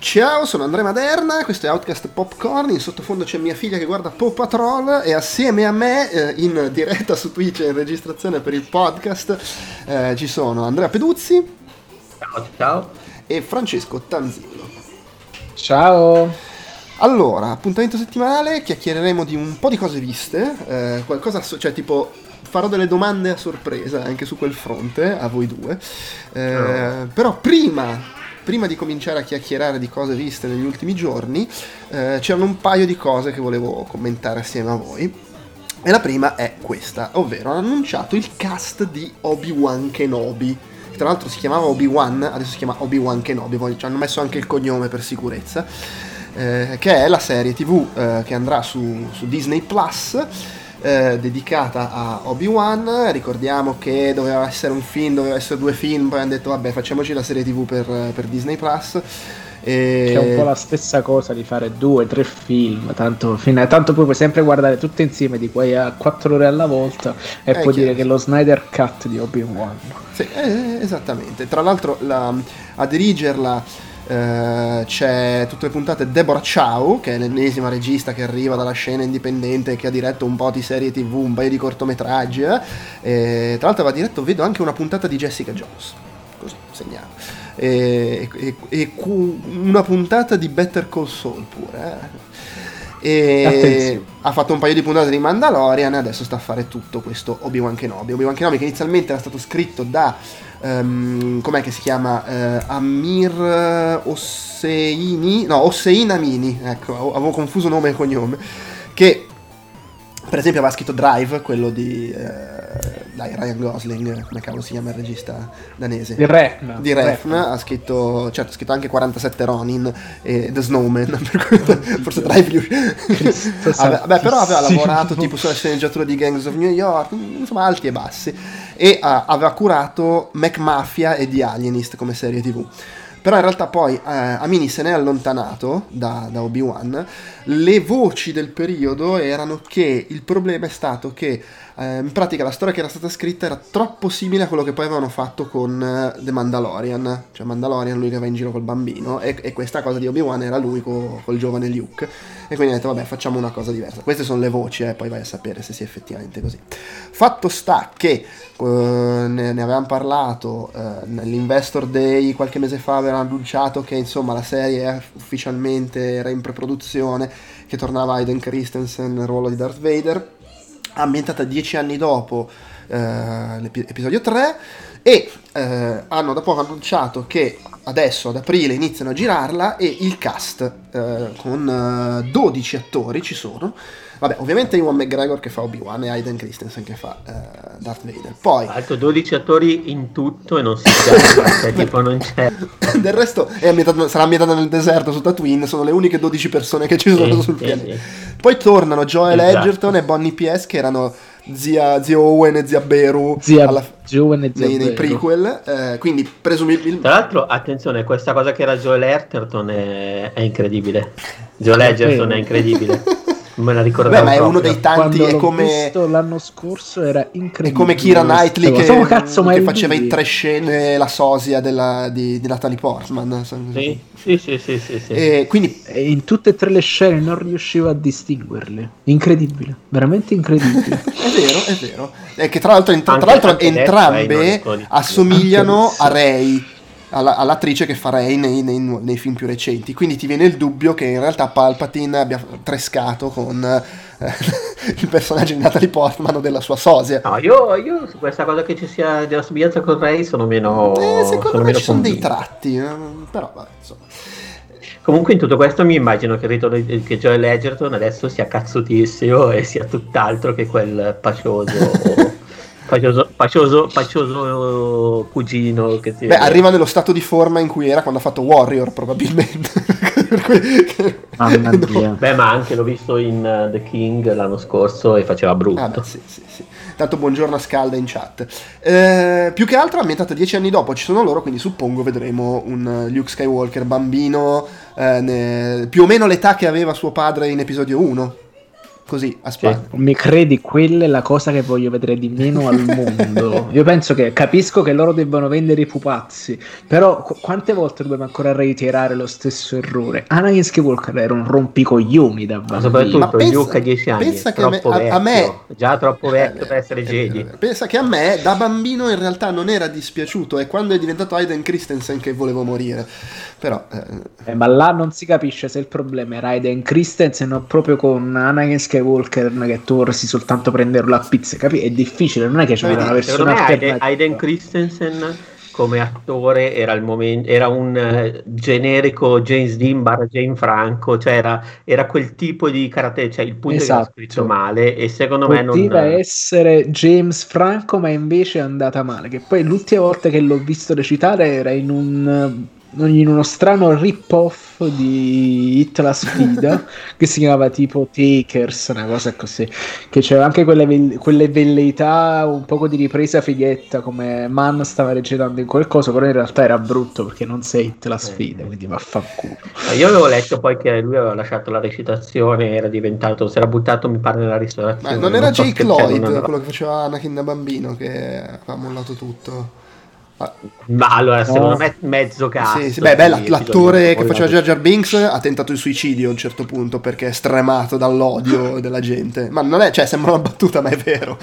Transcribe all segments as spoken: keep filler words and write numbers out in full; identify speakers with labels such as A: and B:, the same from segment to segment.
A: Ciao, sono Andrea Maderna, questo è Outcast Popcorn, in sottofondo c'è mia figlia che guarda Paw Patrol e assieme a me, eh, in diretta su Twitch e in registrazione per il podcast, eh, ci sono Andrea Peduzzi.
B: Ciao, ciao.
A: E Francesco Tanzillo.
C: Ciao.
A: Allora, appuntamento settimanale, chiacchiereremo di un po' di cose viste, eh, qualcosa, cioè tipo farò delle domande a sorpresa anche su quel fronte a voi due, eh, oh. però prima... Prima di cominciare a chiacchierare di cose viste negli ultimi giorni, eh, c'erano un paio di cose che volevo commentare assieme a voi. E la prima è questa, ovvero hanno annunciato il cast di Obi-Wan Kenobi. Tra l'altro si chiamava Obi-Wan, adesso si chiama Obi-Wan Kenobi, ci hanno messo anche il cognome per sicurezza, eh, che è la serie tivù eh, che andrà su, su Disney Plus. Eh, dedicata a Obi-Wan. Ricordiamo che doveva essere un film, doveva essere due film, poi hanno detto vabbè facciamoci la serie tivù per, per Disney Plus. E... C'è
C: un po' la stessa cosa di fare due, tre film, tanto, fine, tanto poi puoi sempre guardare tutte insieme di quei a quattro ore alla volta e puoi dire che è lo Snyder Cut di Obi-Wan.
A: Sì, eh, esattamente. Tra l'altro la, a dirigerla Uh, c'è tutte le puntate Deborah Chow, che è l'ennesima regista che arriva dalla scena indipendente, che ha diretto un po' di serie tv, un paio di cortometraggi, eh? E, tra l'altro aveva diretto, vedo, anche una puntata di Jessica Jones, così segnalo, e, e, e una puntata di Better Call Saul pure, eh? E ha fatto un paio di puntate di Mandalorian e adesso sta a fare tutto questo Obi-Wan Kenobi. Obi-Wan Kenobi che inizialmente era stato scritto da Um, com'è che si chiama? Uh, Amir Hosseini, no, Hossein Amini, ecco, avevo confuso nome e cognome, che per esempio aveva scritto Drive, quello di uh, dai, Ryan Gosling, come cavolo si chiama il regista danese?
C: Di Refn.
A: Di Refn, ha scritto, certo, ha scritto anche quarantasette Ronin e The Snowman, forse Drive gli vabbè, però aveva lavorato tipo sulla sceneggiatura di Gangs of New York, insomma alti e bassi, e uh, aveva curato Mac Mafia e The Alienist come serie tv. Però in realtà poi eh, Amini se n'è allontanato da, da Obi-Wan. Le voci del periodo erano che il problema è stato che eh, in pratica la storia che era stata scritta era troppo simile a quello che poi avevano fatto con uh, The Mandalorian, cioè Mandalorian, lui che va in giro col bambino, e, e questa cosa di Obi-Wan era lui co, col giovane Luke, e quindi ha detto vabbè facciamo una cosa diversa. Queste sono le voci, eh, poi vai a sapere se sia effettivamente così. Fatto sta che uh, ne, ne avevamo parlato uh, nell'Investor Day qualche mese fa, avevano annunciato che insomma la serie ufficialmente era in preproduzione, che tornava Hayden Christensen nel ruolo di Darth Vader, ambientata dieci anni dopo eh, l'episodio tre, e eh, hanno da poco annunciato che adesso ad aprile iniziano a girarla, e il cast eh, con eh, dodici attori ci sono. Vabbè, ovviamente Ewan McGregor che fa Obi-Wan e Hayden Christensen che fa eh, Darth Vader. Poi
B: altro dodici attori in tutto e non si sa, cioè, tipo non c'è.
A: Del resto è ambientato, sarà ambientato nel deserto su Tatooine, sono le uniche dodici persone che ci sono
B: sì,
A: sul
B: sì,
A: pianeta.
B: Sì.
A: Poi tornano Joel
B: esatto.
A: Edgerton e Bonnie P S che erano zia, zio Owen e zia Beru
C: zia,
A: alla,
C: Owen e zia
A: nei, nei prequel, eh, quindi presumibilmente.
B: Tra l'altro, attenzione, questa cosa che era Joel Edgerton è, è incredibile. Joel Edgerton è incredibile. Me la ricordavo.
A: Beh, ma è
B: proprio.
A: uno dei tanti.
C: Quando
A: è
C: l'ho
A: come
C: visto l'anno scorso era incredibile.
A: È come Keira Knightley che,
C: so, cazzo,
A: che faceva in tre scene la sosia della, di, di Natalie Portman.
B: Sì, sì, sì, sì, sì, sì.
A: E quindi
C: e in tutte e tre le scene non riuscivo a distinguerle. Incredibile, veramente incredibile.
A: È vero, è vero. È che tra l'altro, entra-
B: anche,
A: tra l'altro
B: anche
A: entrambe
B: adesso,
A: assomigliano
C: anche
A: a Rey. Alla, all'attrice che fa Rey nei, nei, nei film più recenti, quindi ti viene il dubbio che in realtà Palpatine abbia trescato con eh, il personaggio di Natalie Portman o della sua sosia.
B: No, io, io su questa cosa che ci sia della somiglianza con Rey sono meno
A: eh, secondo
B: sono
A: me
B: meno
A: ci sono dei
B: convinto.
A: tratti, eh, però vabbè, insomma.
B: Comunque in tutto questo mi immagino che il ritorno di che Joel Edgerton adesso sia cazzutissimo e sia tutt'altro che quel pacioso Pacioso, pacioso, pacioso cugino che si
A: Beh, arriva nello stato di forma in cui era quando ha fatto Warrior, probabilmente.
C: Mamma mia.
B: Beh, ma anche l'ho visto in uh, The King l'anno scorso e faceva brutto.
A: Ah, beh, sì, sì, sì. Tanto buongiorno a Scalda in chat. Eh, più che altro ambientata dieci anni dopo ci sono loro, quindi suppongo vedremo un Luke Skywalker bambino, eh, ne... più o meno l'età che aveva suo padre in episodio uno. così a spalla.
C: Cioè, mi credi, quella è la cosa che voglio vedere di meno al mondo. Io penso che capisco che loro debbano vendere i pupazzi, però qu- quante volte dobbiamo ancora reiterare lo stesso errore? Anakin Skywalker era un rompicoglioni da bambino.
B: Ma soprattutto
A: Ma pensa-
B: Luke a dieci anni,
A: pensa che
B: troppo
A: a me- a- a me-
B: vecchio, già troppo vecchio
A: Eh,
B: per essere
A: eh,
B: Jedi.
A: eh, Pensa che a me da bambino in realtà non era dispiaciuto, è quando è diventato Hayden Christensen che volevo morire. Però eh,
C: Eh, ma là non si capisce se il problema era Hayden Christensen o proprio con Anakin Skywalker, che tu vorresti soltanto prenderlo a pizze, capi? È difficile, non è che c'è
A: Vedi,
C: una
B: Secondo
C: versione
B: me Hayden,
C: alternativa.
B: Hayden Christensen come attore era, il momento, era un eh, generico James Dean barra Jane Franco, cioè era, era quel tipo di carattere, cioè il punto è che era
C: Esatto.
B: scritto male e secondo me non...
C: Poteva essere James Franco, ma invece è andata male. Che poi l'ultima volta che l'ho visto recitare era in un in uno strano rip-off di Hit la sfida che si chiamava tipo Takers, una cosa così, che c'era anche quelle, ve- quelle velleità, un poco di ripresa fighetta come Mann stava recitando in quel coso, però in realtà era brutto perché non sei Hit la sfida, quindi vaffanculo.
B: Io avevo letto poi che lui aveva lasciato la recitazione, era diventato, si era buttato mi pare nella ristorazione.
A: ma non era
B: so
A: Jake
B: perché
A: Lloyd
B: non era-
A: quello che faceva Anakin da bambino che ha mollato tutto? Ah,
B: Ma allora,
C: No.
B: secondo me mezzo cazzo.
A: sì, sì, beh, beh,
B: di
A: l'attore
B: episodi
A: che faceva
B: mollato.
A: Jar Jar Binks ha tentato il suicidio a un certo punto perché è stremato dall'odio della gente. Ma non è, cioè, sembra una battuta, ma è vero.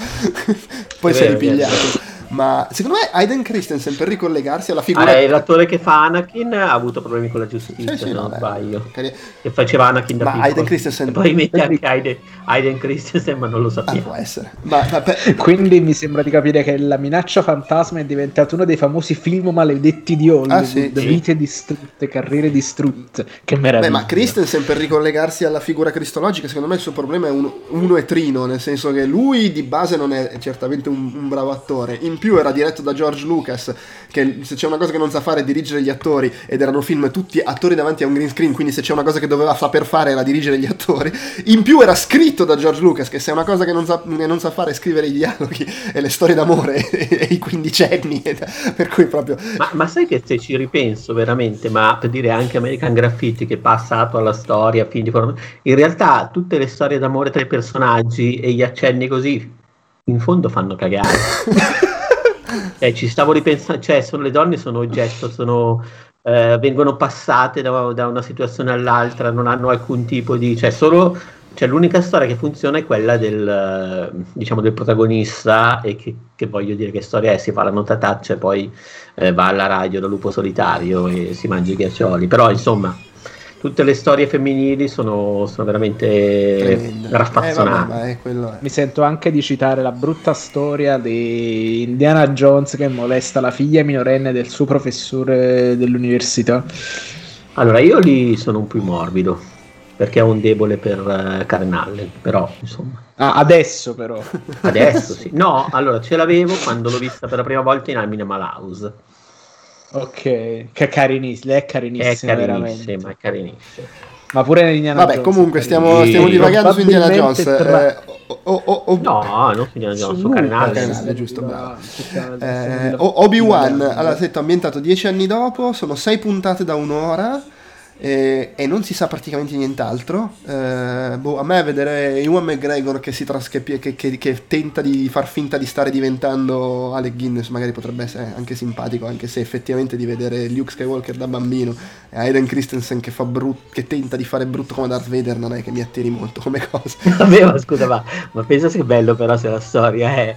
A: Poi
B: È
A: si è
B: vero, è vero.
A: ripigliato. Ma secondo me Hayden Christensen, per ricollegarsi alla figura...
B: Ah, eh, l'attore che fa Anakin ha avuto problemi con la giustizia,
A: Sì, sì,
B: se
A: no,
B: non
A: beh,
B: sbaglio.
A: cari-
B: Che faceva Anakin da
A: Ma
B: piccolo.
A: Hayden Christensen-
B: E poi mette anche Hayden, Hayden Christensen, ma non lo
A: Ah,
B: sappiamo.
A: può essere. Ma, ma per-
C: Quindi mi sembra di capire che La minaccia fantasma è diventato uno dei famosi film maledetti di Hollywood,
A: Ah, sì, sì.
C: vite distrutte, carriere distrutte. Che meraviglia.
A: Beh, ma Christensen, per ricollegarsi alla figura cristologica, secondo me il suo problema è uno, uno e trino, nel senso che lui di base non è certamente un, un bravo attore, in più era diretto da George Lucas, che se c'è una cosa che non sa fare è dirigere gli attori, ed erano film tutti attori davanti a un green screen, quindi se c'è una cosa che doveva saper fare era dirigere gli attori, in più era scritto da George Lucas, che se è una cosa che non sa, che non sa fare è scrivere i dialoghi e le storie d'amore e, e i quindicenni, per cui proprio...
B: Ma, ma sai che se ci ripenso veramente, ma per dire anche American Graffiti che è passato alla storia, film di forma- in realtà tutte le storie d'amore tra i personaggi e gli accenni così, in fondo fanno cagare. Eh, ci stavo ripensando, cioè sono, le donne sono oggetto, sono, eh, vengono passate da, da una situazione all'altra, non hanno alcun tipo di, cioè solo, cioè l'unica storia che funziona è quella del, eh, diciamo, del protagonista, e che, che voglio dire che storia è, si fa la notataccia e poi eh, va alla radio da lupo solitario e si mangia i ghiaccioli, però insomma tutte le storie femminili sono, sono veramente
A: Tremende.
B: raffazzonate.
A: Eh, vabbè, ma è quello è.
C: Mi sento anche di citare la brutta storia di Indiana Jones che molesta la figlia minorenne del suo professore dell'università.
B: Allora, io lì sono un più morbido, perché ho un debole per uh, Karen Allen, però insomma,
C: Ah, adesso però.
B: adesso sì. No, allora ce l'avevo quando l'ho vista per la prima volta in Animal House.
C: Ok, che è carinissima, è carinissima,
B: È
C: veramente.
B: carinissima, è carinissima.
C: Ma pure Indiana
A: Vabbè,
C: Jones
A: comunque
C: è
A: stiamo,
C: carinissima.
A: stiamo
B: Sì,
A: divagando su Indiana Jones.
C: probabilmente tra-
A: Eh, o- o- o- o-
B: No, non su Indiana Jones, su Karen
C: Lucas,
B: Allen.
A: Karen Allen, giusto, bravo.
C: tutta la-
A: Eh,
C: tutta
A: O- Obi-Wan,
C: la-
A: allora detto ambientato dieci anni dopo, sono sei puntate da un'ora eh, e non si sa praticamente nient'altro. Eh, boh, a me vedere Ewan McGregor che, si tras- che, che- che- che tenta di far finta di stare diventando Alec Guinness magari potrebbe essere anche simpatico, anche se effettivamente di vedere Luke Skywalker da bambino e Hayden Christensen che, fa brut- che tenta di fare brutto come Darth Vader non è che mi attiri molto come cosa.
B: Vabbè, ma scusa, ma, ma pensa che bello però se la storia è,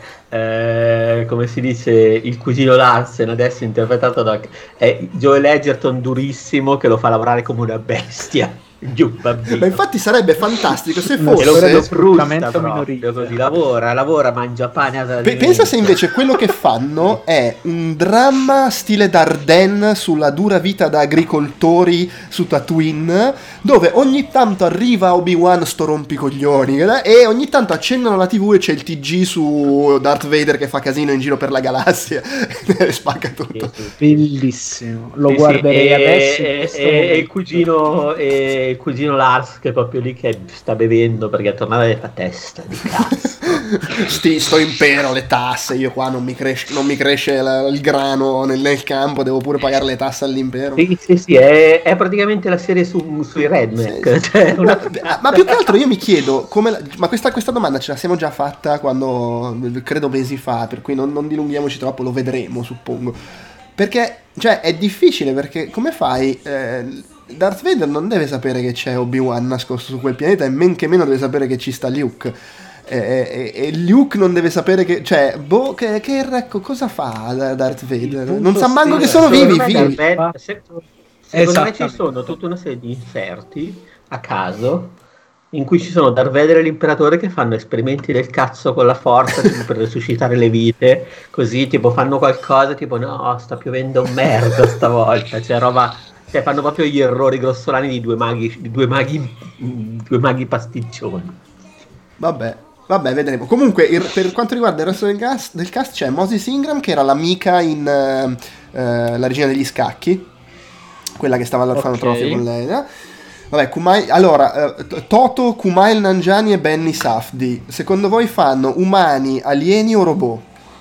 B: eh, come si dice, il cugino Larsen adesso interpretato da è Joel Edgerton durissimo che lo fa lavorare come una bestia di un bambino.
A: Ma infatti sarebbe fantastico se
C: No,
B: E lo,
A: fosse...
B: lo
C: lo
B: frusta
C: sfruttamento
B: proprio
C: minorile.
B: così, lavora, lavora, mangia pane a
A: Pe-
B: tradimento.
A: pensa se invece quello che fanno è un dramma stile Dardenne sulla dura vita da agricoltori su Tatooine, dove ogni tanto arriva Obi-Wan sto rompicoglioni eh, e ogni tanto accennano la tivù e c'è il T G su Darth Vader che fa casino in giro per la galassia e spacca tutto.
B: Sì, sì.
C: Bellissimo, lo
B: Sì, sì,
C: guarderei
B: e,
C: adesso in
B: e,
C: questo
B: e- e il
C: momento.
B: cugino e il cugino Lars che è proprio lì che sta bevendo perché tornare fa testa di cazzo.
A: Sti, sto impero, le tasse, io qua non mi cresce, non mi cresce la, il grano nel, nel campo, devo pure pagare le tasse all'impero.
B: Sì, sì, sì, è, è praticamente la serie su, sui redneck.
A: Sì.
B: Cioè una...
A: ma, ma più che altro io mi chiedo, come la, ma questa, questa domanda ce la siamo già fatta quando, credo mesi fa, per cui non, non dilunghiamoci troppo, lo vedremo, suppongo. Perché, cioè, è difficile, perché come fai... Eh, Darth Vader non deve sapere che c'è Obi-Wan nascosto su quel pianeta, e men che meno deve sapere che ci sta Luke. E, e, e Luke non deve sapere che... Cioè, boh, che, che ecco, cosa fa Darth Vader? Non sa manco che sono vivi i figli.
B: Secondo esatto. me ci sono tutta una serie di inserti a caso in cui ci sono Darth Vader e l'imperatore che fanno esperimenti del cazzo con la forza tipo per resuscitare le vite, così tipo fanno qualcosa tipo no, sta piovendo merda stavolta, cioè roba... Cioè fanno proprio gli errori grossolani di due maghi, di due maghi, due maghi pasticcioni.
A: Vabbè, vabbè, vedremo. Comunque, il, per quanto riguarda il resto del cast, del cast c'è Moses Ingram, che era l'amica in uh, uh, La regina degli scacchi, quella che stava all'orfanotrofio okay. con lei. Eh? Vabbè, Kumail, allora, uh, Toto, Kumail Nanjiani e Benny Safdie, secondo voi fanno umani, alieni o robot?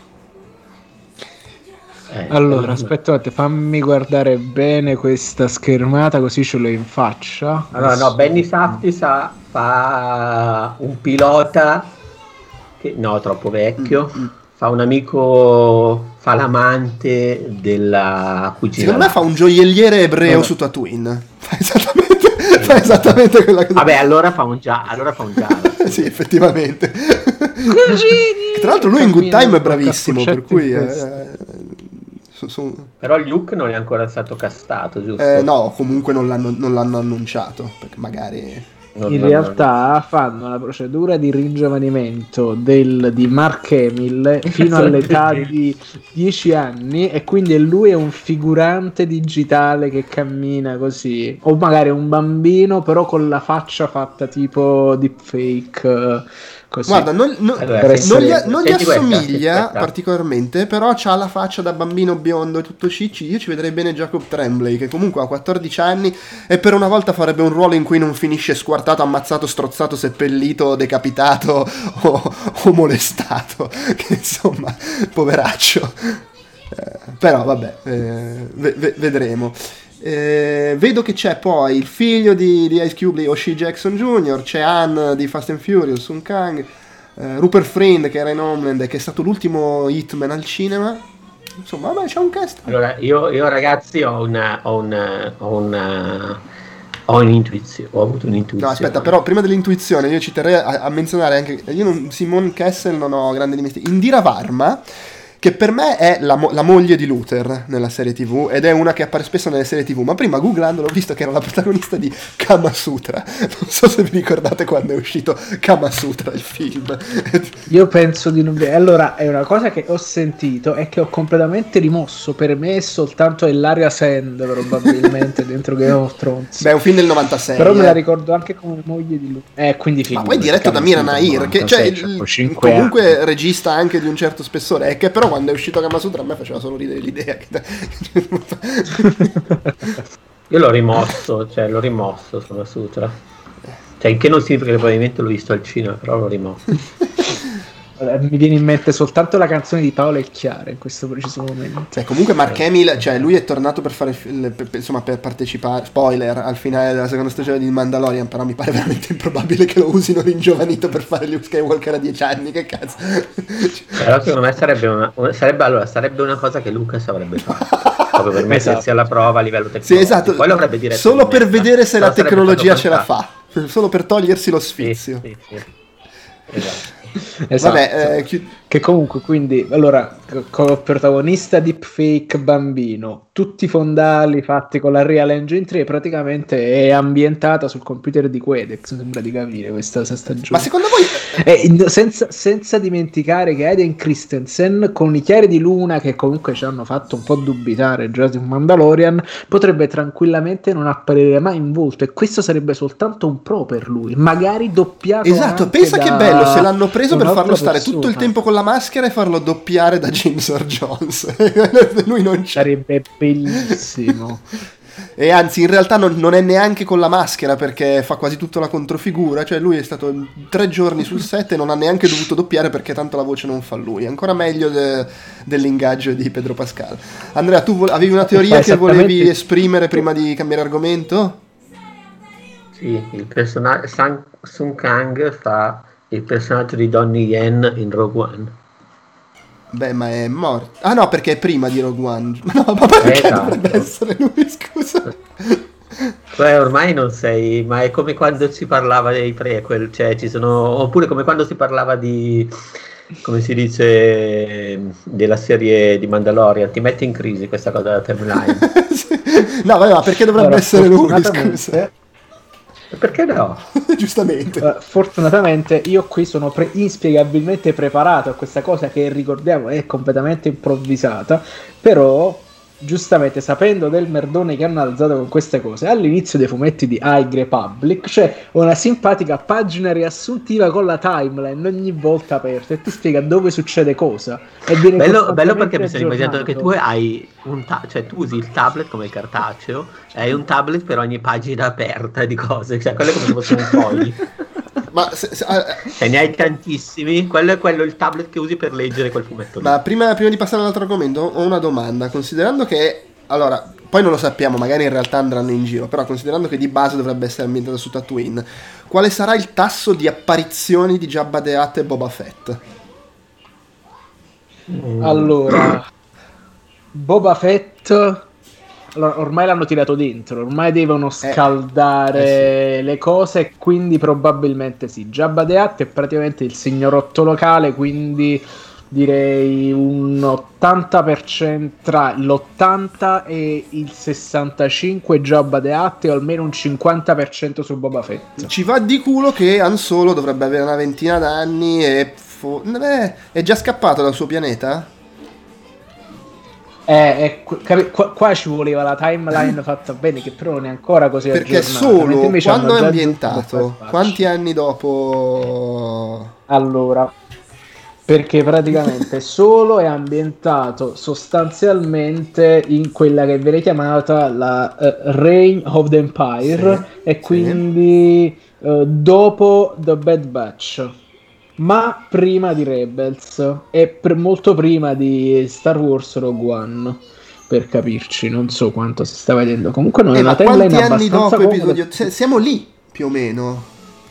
C: Eh, allora, aspettate, fammi guardare bene questa schermata così ce l'ho in faccia.
B: Allora, no, Benny Safdie sa, fa un pilota che no, troppo vecchio, mm-hmm. fa un amico, fa l'amante della cugina.
A: Secondo me fa un gioielliere ebreo allora. su Tatooine. Fa esattamente, fa esattamente quella cosa.
B: Vabbè, allora fa un già, allora fa un giallo.
A: Sì, effettivamente. Tra l'altro lui in Good Time è bravissimo, per cui eh, su, su...
B: Però Luke non è ancora stato castato, giusto?
A: Eh, no, comunque non l'hanno, non l'hanno annunciato, perché magari
C: non in realtà fanno la procedura di ringiovanimento del, di Mark Hamill fino all'età di dieci anni, e quindi lui è un figurante digitale che cammina così, o magari un bambino però con la faccia fatta tipo deepfake. Così.
A: Guarda, non, non,
B: allora,
A: non gli, non gli assomiglia
B: questa,
A: particolarmente, però c'ha la faccia da bambino biondo e tutto cicci. Io ci vedrei bene Jacob Tremblay, che comunque ha quattordici anni e per una volta farebbe un ruolo in cui non finisce squartato, ammazzato, strozzato, seppellito, decapitato o, o molestato. Che insomma, poveraccio. Eh, però vabbè, eh, v- v- vedremo. Eh, vedo che c'è poi il figlio di, di Ice Cube, O'Shea Jackson Junior, c'è Han di Fast and Furious, Sun Kang, eh, Rupert Friend che era in Homeland e che è stato l'ultimo Hitman al cinema. Insomma, vabbè, c'è un cast.
B: Allora, io, io ragazzi ho una, ho una, ho una, ho un'intuizione, ho avuto un'intuizione.
A: No, aspetta, però prima dell'intuizione io ci terrei a, a menzionare anche, io non, Simone Kessel non ho grande dimestichezza, Indira Varma, che per me è la, mo- la moglie di Luther nella serie tv, ed è una che appare spesso nelle serie tv, ma prima googlando l'ho visto che era la protagonista di Kama Sutra. Non so se vi ricordate quando è uscito Kama Sutra, il film.
C: Io penso di non... Allora, è una cosa che ho sentito e che ho completamente rimosso. Per me è soltanto Ilaria Sand, probabilmente, dentro Game of Thrones.
A: Beh, è un film del novantasei.
C: Però
A: eh.
C: me la ricordo anche come moglie di Luther. Eh, quindi film.
A: Ma poi diretto da Mira Nair, che cioè, il, comunque anni. regista anche di un certo spessore, è che però quando è uscito Kama Sutra a me faceva solo ridere l'idea che...
B: Io l'ho rimosso, cioè l'ho rimosso sulla Sutra, cioè che non significa che probabilmente l'ho visto al cinema, però l'ho rimosso.
C: Mi viene in mente soltanto la canzone di Paolo e Chiara in questo preciso momento.
A: Cioè, comunque Mark Hamill, cioè lui è tornato per fare il, per, insomma per partecipare, spoiler, al finale della seconda stagione di Mandalorian, però mi pare veramente improbabile che lo usino ringiovanito per fare Luke Skywalker a dieci anni, che cazzo.
B: Però secondo me sarebbe una, sarebbe, allora, sarebbe una cosa che Lucas avrebbe fatto, proprio per mettersi esatto. alla prova a livello tecnologico.
A: Sì, esatto.
B: Poi lo avrebbe diretto
A: solo per vedere se la tecnologia ce la fa, solo per togliersi lo sfizio.
B: Sì, sì, sì. Esatto.
C: Esatto. Vabbè, eh, chi... che comunque quindi allora co- protagonista deepfake bambino, tutti i fondali fatti con la Real Engine tre, praticamente è ambientata sul computer di Quedex, sembra di capire questa stagione.
A: Ma secondo voi
C: eh, senza, senza dimenticare che Hayden Christensen con i chiari di luna che comunque ci hanno fatto un po' dubitare già di Mandalorian potrebbe tranquillamente non apparire mai in volto, e questo sarebbe soltanto un pro per lui, magari doppiato.
A: Esatto, pensa
C: da...
A: che bello se l'hanno preso per farlo stare
C: persona.
A: tutto il tempo con la maschera e farlo doppiare da James Earl Jones. Lui non c'è.
C: Sarebbe bellissimo.
A: E anzi, in realtà non, non è neanche con la maschera, perché fa quasi tutta la controfigura. Cioè, lui è stato tre giorni sul set e non ha neanche dovuto doppiare, perché tanto la voce non fa lui. Ancora meglio de, dell'ingaggio di Pedro Pascal. Andrea, tu vo- avevi una teoria che volevi esprimere prima di cambiare argomento?
B: Sì, il personaggio Sang- Sung Kang fa il personaggio di Donnie Yen in Rogue One.
A: Beh, ma è morto. Ah no, perché è prima di Rogue One. No, ma perché
B: Esatto.
A: dovrebbe essere lui, scusa?
B: Cioè, ormai non sei, ma è come quando si parlava dei prequel, cioè ci sono, oppure come quando si parlava di, come si dice, della serie di Mandalorian, ti metti in crisi questa cosa della timeline.
A: No, vabbè, ma perché dovrebbe
C: Allora,
A: essere lui,
C: fortunatamente-
A: scusa?
B: Perché no?
A: Giustamente.
C: Eh, fortunatamente io qui sono pre- inspiegabilmente preparato a questa cosa che ricordiamo è completamente improvvisata, però giustamente sapendo del merdone che hanno alzato con queste cose, all'inizio dei fumetti di High Republic c'è una simpatica pagina riassuntiva con la timeline ogni volta aperta e ti spiega dove succede cosa. E viene
B: Bello, bello
C: costantemente
B: perché mi sono immaginato che tu
C: aggiornato.
B: hai un ta- cioè tu usi il tablet come il cartaceo e hai un tablet per ogni pagina aperta di cose, cioè quello è come se fossero un fogli.
A: Ma, se, se, eh,
B: Cioè ne hai tantissimi, quello è quello il tablet che usi per leggere quel fumetto lì.
A: ma prima, prima di passare all'altro argomento ho una domanda. Considerando che, allora, poi non lo sappiamo, magari in realtà andranno in giro, però considerando che di base dovrebbe essere ambientato su Tatooine, quale sarà il tasso di apparizioni di Jabba the Hutt e Boba Fett?
B: Mm.
C: Allora, Boba Fett, allora, ormai l'hanno tirato dentro, ormai devono scaldare
A: eh
C: le cose, e quindi probabilmente sì. Jabba the Hutt è praticamente il signorotto locale, quindi direi un ottanta per cento tra l'ottanta e il sessantacinque Jabba the Hutt e almeno un cinquanta per cento su Boba Fett.
A: Ci va di culo che Han Solo dovrebbe avere una ventina d'anni e fo- eh, è già scappato dal suo pianeta?
C: Eh, eh, qu- capi- qua, qua ci voleva la timeline fatta bene, che però non è ancora così
A: Perché
C: aggiornata,
A: Solo,
C: mentre invece
A: quando
C: hanno
A: è
C: già
A: ambientato?
C: aggiunto questa
A: Quanti
C: faccia.
A: anni dopo?
C: Allora, perché praticamente Solo è ambientato sostanzialmente in quella che viene chiamata la eh, Reign of the Empire,
A: Sì,
C: e
A: sì.
C: quindi eh, dopo The Bad Batch, ma prima di Rebels e per molto prima di Star Wars Rogue One, per capirci. Non so quanto si sta vedendo, comunque non è
A: Eh,
C: una
A: ma quanti
C: timeline
A: anni
C: abbastanza
A: dopo
C: comoda.
A: episodio? Se- siamo lì, più o meno.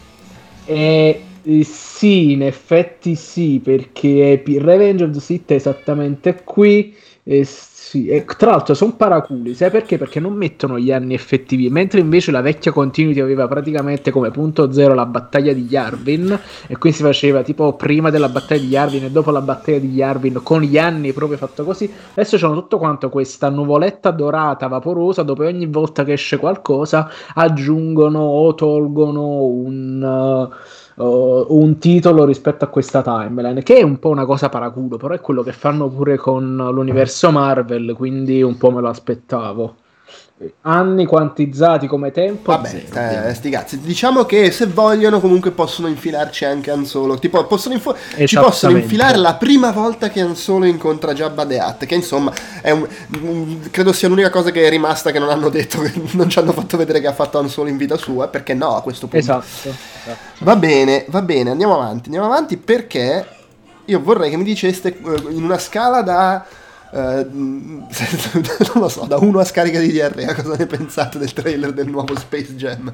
C: Eh, eh, sì, in effetti sì, perché P- Revenge of the Sith è esattamente qui. eh, sì. E tra l'altro sono paraculi, sai perché? Perché non mettono gli anni effettivi, mentre invece la vecchia continuity aveva praticamente come punto zero la battaglia di Yavin, e qui si faceva tipo prima della battaglia di Yavin e dopo la battaglia di Yavin, con gli anni proprio fatto così. Adesso c'hanno tutto quanto questa nuvoletta dorata vaporosa dove ogni volta che esce qualcosa aggiungono o tolgono un, uh, uh, un titolo rispetto a questa timeline, che è un po' una cosa paraculo, però è quello che fanno pure con l'universo Marvel, quindi un po' me lo aspettavo. Anni quantizzati come tempo,
A: Vabbè,
C: zero,
A: eh,
C: ovviamente.
A: sti cazzi. Diciamo che se vogliono comunque possono infilarci anche Han Solo. Tipo, possono info- ci possono
C: Esattamente.
A: infilare la prima volta che Han Solo incontra Jabba the Hutt, che insomma è un, un- credo sia l'unica cosa che è rimasta, che non hanno detto, che non ci hanno fatto vedere che ha fatto Han Solo in vita sua, perché no a questo punto.
C: Esatto, esatto.
A: Va bene, va bene, andiamo avanti, andiamo avanti perché io vorrei che mi diceste eh, in una scala da eh, non lo so, da uno a scarica di diarrea, cosa ne pensate del trailer del nuovo Space Jam?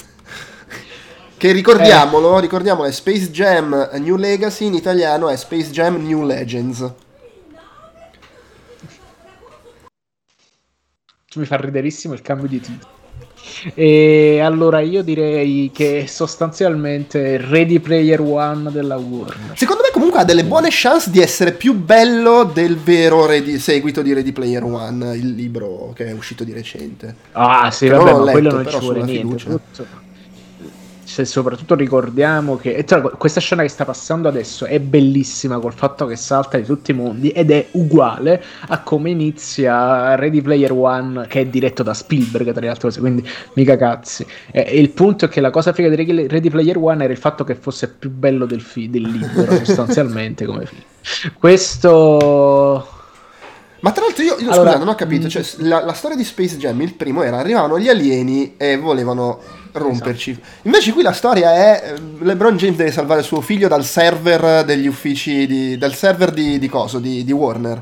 A: Che ricordiamolo,
C: Eh.
A: ricordiamolo, è Space Jam New Legacy, in italiano è Space Jam New Legends.
C: Mi fa riderissimo il cambio di titolo. E allora io direi che è sostanzialmente Ready Player One della Warner.
A: Secondo me comunque ha delle buone chance di essere più bello del vero Ready- seguito di Ready Player One, il libro che è uscito di recente.
C: Ah sì,
A: Che non
C: vabbè,
A: l'ho
C: ma quello
A: letto,
C: non
A: però
C: ci vuole
A: sulla
C: niente.
A: fiducia.
C: Soprattutto, se soprattutto ricordiamo che e tra- questa scena che sta passando adesso è bellissima, col fatto che salta di tutti i mondi, ed è uguale a come inizia Ready Player One, che è diretto da Spielberg tra le altre cose, quindi mica cazzi. E, e il punto è che la cosa figa di Ready Ready Player One era il fatto che fosse più bello del, fi- del libro sostanzialmente come film. Questo
A: Ma tra l'altro io, io
C: Allora,
A: scusa, non ho capito, cioè la, la storia di Space Jam, il primo era, arrivavano gli alieni e volevano romperci.
C: Esatto.
A: Invece qui la storia è eh, LeBron James deve salvare suo figlio dal server degli uffici, di, dal server di, di coso, di, di Warner.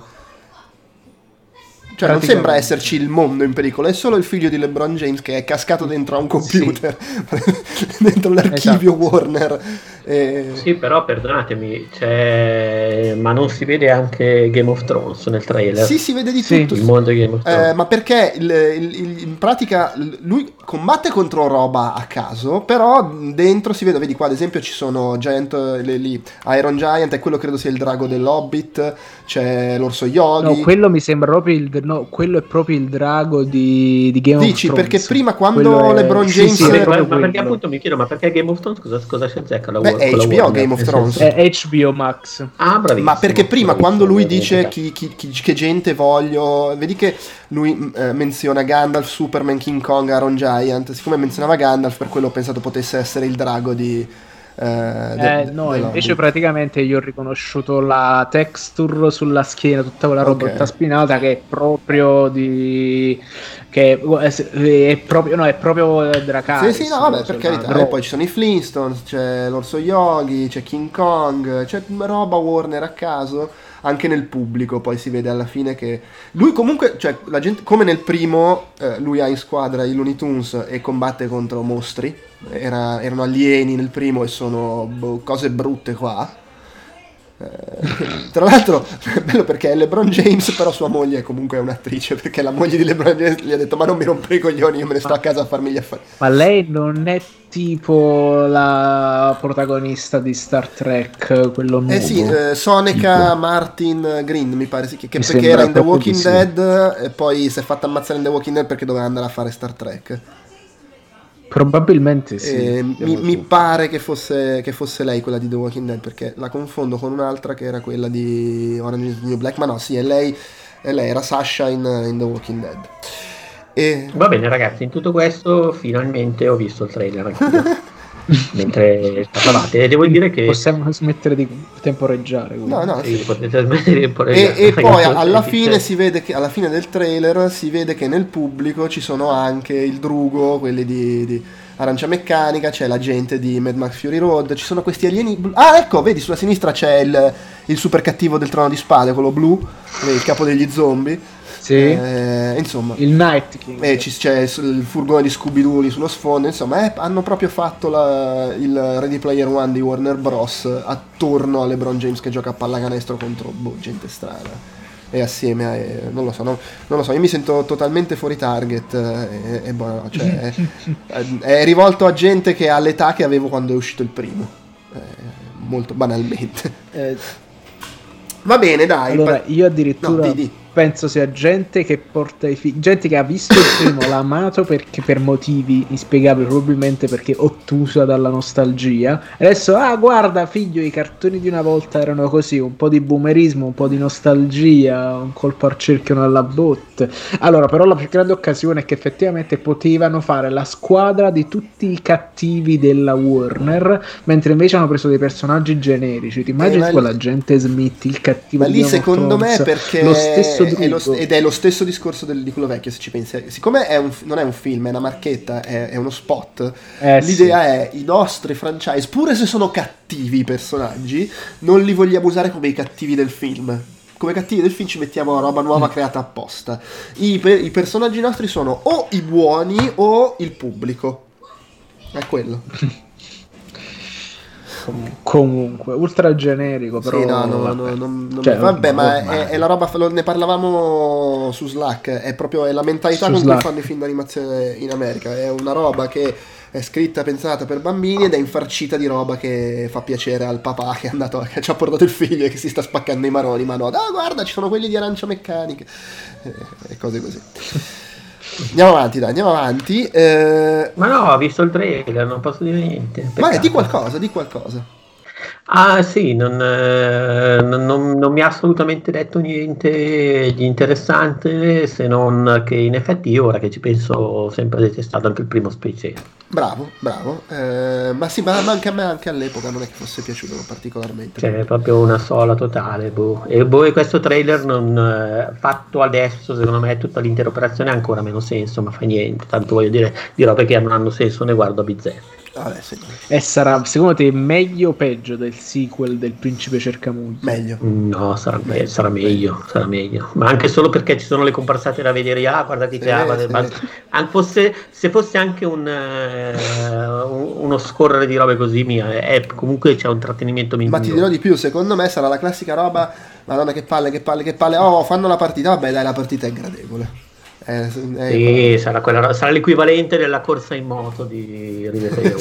A: Cioè non sembra esserci il mondo in pericolo, è solo il figlio di LeBron James che è cascato dentro a un computer, sì. dentro l'archivio esatto. Warner. E...
B: Sì, però perdonatemi, c'è... ma non si vede anche Game of Thrones nel trailer?
A: Sì, si vede di
C: sì.
A: tutto.
B: Il mondo di Game of Thrones.
A: Eh, ma perché il, il, il, in pratica lui combatte contro roba a caso, però dentro si vede, vedi qua ad esempio ci sono Giant, le, lì, Iron Giant, e quello credo sia il drago dell'Hobbit, c'è l'orso Yogi.
C: No, quello mi sembra proprio il, no, quello è proprio il drago di, di Game
A: Dici,
C: of Thrones.
A: perché prima quando
C: è...
A: LeBron
C: sì,
A: James...
C: sì,
B: ma, ma, ma perché appunto mi chiedo, ma perché Game of Thrones cosa, cosa si azzecca la
A: Beh, è H B O Game of Thrones.
C: È H B O Max.
B: Ah, bravissimo.
A: Ma perché prima
B: bravissimo,
A: quando lui
B: bravissimo.
A: dice chi, chi, chi, che gente voglio, vedi che lui eh, menziona Gandalf, Superman, King Kong, Iron Giant, siccome menzionava Gandalf per quello ho pensato potesse essere il drago di... Eh, de,
C: eh, no,
A: de
C: invece praticamente io ho riconosciuto la texture sulla schiena, tutta quella roba
A: okay.
C: spinata che è proprio di... che è proprio, no, è proprio Dracarys.
A: Sì, sì, no, vabbè, per carità. E poi ci sono i Flintstones, c'è l'orso Yogi, c'è King Kong, c'è roba Warner a caso, anche nel pubblico poi si vede alla fine che lui comunque, cioè la gente, come nel primo, eh, lui ha in squadra i Looney Tunes e combatte contro mostri. Era, erano alieni nel primo e sono boh, cose brutte qua. Eh, tra l'altro è bello perché è LeBron James, però sua moglie è comunque un'attrice, perché la moglie di LeBron James gli ha detto ma non mi rompere i coglioni, io me ne sto a casa a farmi gli affari.
C: Ma lei non è tipo la protagonista di Star Trek, quello nuovo?
A: Eh sì, eh, Soneca Martin Green mi pare sì, che, che
C: mi
A: perché era in The Walking
C: sì.
A: Dead e poi si è fatta ammazzare in The Walking Dead perché doveva andare a fare Star Trek.
C: Probabilmente sì.
A: Eh, mi, mi pare che fosse, che fosse lei quella di The Walking Dead, perché la confondo con un'altra che era quella di Orange is the New Black, ma no, sì, è lei, è lei era Sasha in, in The Walking Dead. E...
B: Va bene ragazzi, in tutto questo finalmente ho visto il trailer anch'io. Mentre parlavate, e devo dire che
C: possiamo smettere di temporeggiare.
A: No, no,
B: sì,
A: sì.
B: potete smettere di temporeggiare.
A: E, e poi
B: ragazzi,
A: alla
B: sì,
A: fine
B: sì.
A: si vede che alla fine del trailer si vede che nel pubblico ci sono anche il Drugo, quelli di, di Arancia Meccanica, c'è la gente di Mad Max Fury Road, ci sono questi alieni blu. Ah, ecco, vedi sulla sinistra c'è il, il super cattivo del Trono di Spade, quello blu, il capo degli zombie.
C: Sì.
A: Eh, insomma,
C: il Night King.
A: E ci, c'è il furgone di Scooby-Doo lì sullo sfondo. Insomma, eh, hanno proprio fatto la, il Ready Player One di Warner Bros. Attorno a LeBron James che gioca a pallacanestro contro boh, gente strana. E assieme a. Eh, non lo so, no, non lo so. Io mi sento totalmente fuori target. E, e boh, no, cioè, è, è rivolto a gente che ha l'età che avevo quando è uscito il primo. Eh, molto banalmente.
C: Eh,
A: Va bene, dai.
C: allora, io addirittura.
A: No, di, di.
C: penso sia gente che porta i figli, gente che ha visto il primo, l'ha amato perché per motivi inspiegabili, probabilmente perché ottusa dalla nostalgia, e adesso, ah guarda figlio, i cartoni di una volta erano così, un po' di boomerismo, un po' di nostalgia, un colpo al cerchio nella botte. Allora, però la più grande occasione è che effettivamente potevano fare la squadra di tutti i cattivi della Warner, mentre invece hanno preso dei personaggi generici. Ti immagini
A: eh,
C: quella gente Smith, il cattivo
A: ma
C: di
A: lì
C: Game of
A: secondo
C: Thrones,
A: me perché
C: lo stesso
A: è lo, ed è lo stesso discorso del, di quello vecchio, se ci pensi, siccome è un, non è un film, è una marchetta, è, è uno spot,
C: eh,
A: l'idea
C: sì.
A: è i nostri franchise, pure se sono cattivi i personaggi, non li vogliamo usare come i cattivi del film. Come cattivi del film ci mettiamo roba nuova creata apposta. I, i personaggi nostri sono o i buoni o il pubblico, è quello.
C: Comunque ultra generico, però
A: sì, no, no, no, no, non,
C: cioè,
A: vabbè, ma
C: ormai.
A: è, è la roba, ne parlavamo su Slack, è proprio è la mentalità
C: Su
A: con
C: Slack.
A: cui fanno i film d'animazione in America, è una roba che è scritta, pensata per bambini ed è infarcita di roba che fa piacere al papà che è andato, che ci ha portato il figlio e che si sta spaccando i maroni, ma no, ah, guarda, ci sono quelli di Arancia Meccanica e, e cose così. Andiamo avanti, dai, andiamo avanti. Eh...
B: Ma no, ho visto il trailer, non posso dire niente.
A: Vai, di qualcosa, di qualcosa.
B: Ah sì, non, eh, non, non mi ha assolutamente detto niente di interessante, se non che in effetti ora che ci penso ho sempre detestato anche il primo Space Jam.
A: Bravo, bravo. Eh, ma sì, ma anche a me, anche all'epoca non è che fosse piaciuto particolarmente.
B: Cioè, è proprio una sola totale. Boh. E, boh, e questo trailer non eh, fatto adesso, secondo me, tutta l'intera operazione ha ancora meno senso, ma fa niente. Tanto voglio dire, dirò perché non hanno senso, ne guardo a bizzarre.
A: Vabbè, sì.
C: E sarà, secondo te, meglio o peggio del sequel del Principe Cercamuglie?
A: Meglio.
B: No, sarà, me- sarà meglio, sarà meglio. Ma anche solo perché ci sono le comparsate da vedere. Ah, guarda che
A: Sì,
B: c'è.
A: sì.
B: Ma, anche fosse, se fosse anche un, eh, uno scorrere di robe così, mia, è, comunque c'è un trattenimento migliore.
A: Ma ti dirò di più, secondo me sarà la classica roba, madonna che palle, che palle, che palle, oh fanno la partita, vabbè dai la partita è gradevole. È, è
B: sì, sarà, quella, sarà l'equivalente della corsa in moto di Rivete.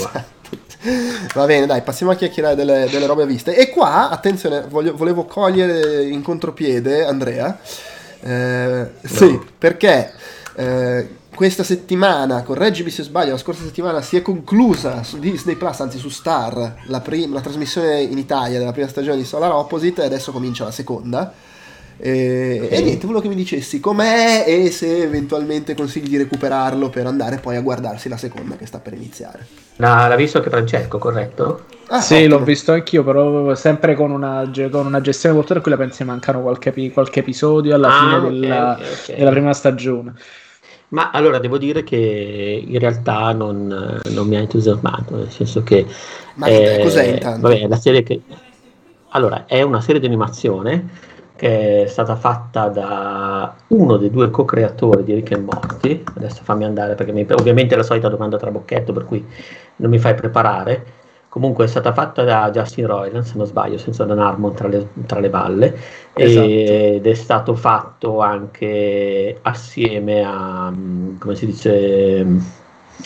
A: Va bene, dai, passiamo a chiacchierare delle, delle robe viste. E qua, attenzione, voglio, volevo cogliere in contropiede Andrea, eh, no. Sì, perché eh, questa settimana, correggimi se sbaglio, la scorsa settimana si è conclusa su Disney Plus, anzi su Star, la, prim- la trasmissione in Italia della prima stagione di Solar Opposite, e adesso comincia la seconda. E, e niente, volevo che mi dicessi com'è e se eventualmente consigli di recuperarlo per andare poi a guardarsi la seconda che sta per iniziare.
B: L'ha, l'ha visto anche Francesco, corretto?
C: Ah, sì, ottimo. L'ho visto anch'io, però sempre con una, con una gestione culturale a cui la pensi mancano qualche, qualche episodio alla ah, fine okay, della, okay, okay. della prima stagione.
B: Ma allora devo dire che in realtà non, non mi ha entusiasmato, nel senso che
A: ma eh, cos'è intanto?
B: Vabbè, la serie che allora è una serie di animazione che è stata fatta da uno dei due co-creatori di Rick and Morty. Adesso fammi andare perché mi, ovviamente è la solita domanda trabocchetto, per cui non mi fai preparare. Comunque è stata fatta da Justin Roiland, se non sbaglio, senza Dan Harmon tra le, tra le balle, esatto. Ed è stato fatto anche assieme a, come si dice,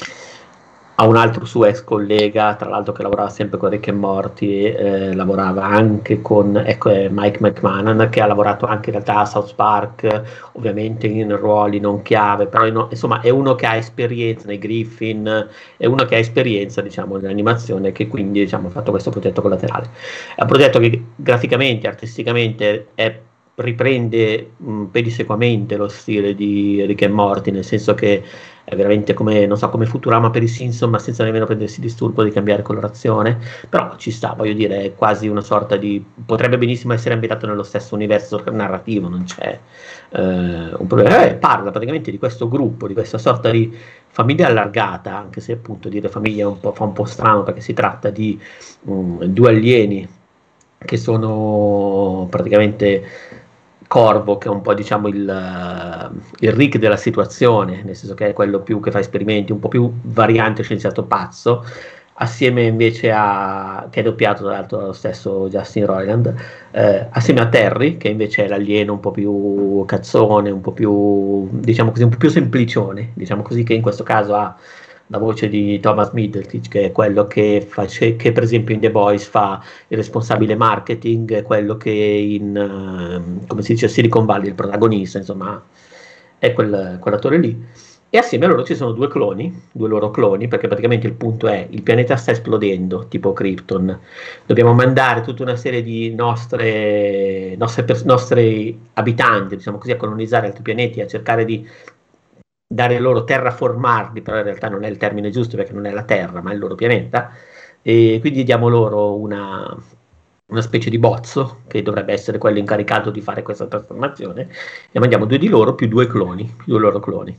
B: a un altro suo ex collega, tra l'altro che lavorava sempre con Rick and Morty, eh, lavorava anche con ecco, Mike McMahon, che ha lavorato anche in realtà a South Park, ovviamente in ruoli non chiave, però in, insomma è uno che ha esperienza nei Griffin, è uno che ha esperienza diciamo nell'animazione, che quindi diciamo ha fatto questo progetto collaterale. È un progetto che graficamente, artisticamente è riprende mh, pedissequamente lo stile di Rick and Morty, nel senso che è veramente come, non so, come Futurama per i Simpson, ma senza nemmeno prendersi disturbo di cambiare colorazione, però ci sta, voglio dire, è quasi una sorta di, potrebbe benissimo essere ambientato nello stesso universo narrativo, non c'è eh, un problema. Eh, parla praticamente di questo gruppo, di questa sorta di famiglia allargata, anche se appunto dire famiglia un po', fa un po' strano, perché si tratta di um, due alieni che sono praticamente Corvo, che è un po' diciamo il, il Rick della situazione, nel senso che è quello più che fa esperimenti, un po' più variante scienziato pazzo, assieme invece a, che è doppiato tra l'altro dallo stesso Justin Roiland, eh, assieme a Terry, che invece è l'alieno un po' più cazzone, un po' più, diciamo così, un po' più semplicione, diciamo così, che in questo caso ha la voce di Thomas Middleditch, che è quello che, face, che per esempio in The Boys fa il responsabile marketing, quello che in uh, come si dice Silicon Valley il protagonista, insomma è quel, quell'attore lì. E assieme a loro ci sono due cloni, due loro cloni, perché praticamente il punto è il pianeta sta esplodendo, tipo Krypton, dobbiamo mandare tutta una serie di nostre, nostre, pers- nostri abitanti, diciamo così, a colonizzare altri pianeti, a cercare di dare loro terraformarli, però in realtà non è il termine giusto perché non è la Terra ma è il loro pianeta, e quindi diamo loro una, una specie di bozzo che dovrebbe essere quello incaricato di fare questa trasformazione, e mandiamo due di loro più due cloni, più due loro cloni,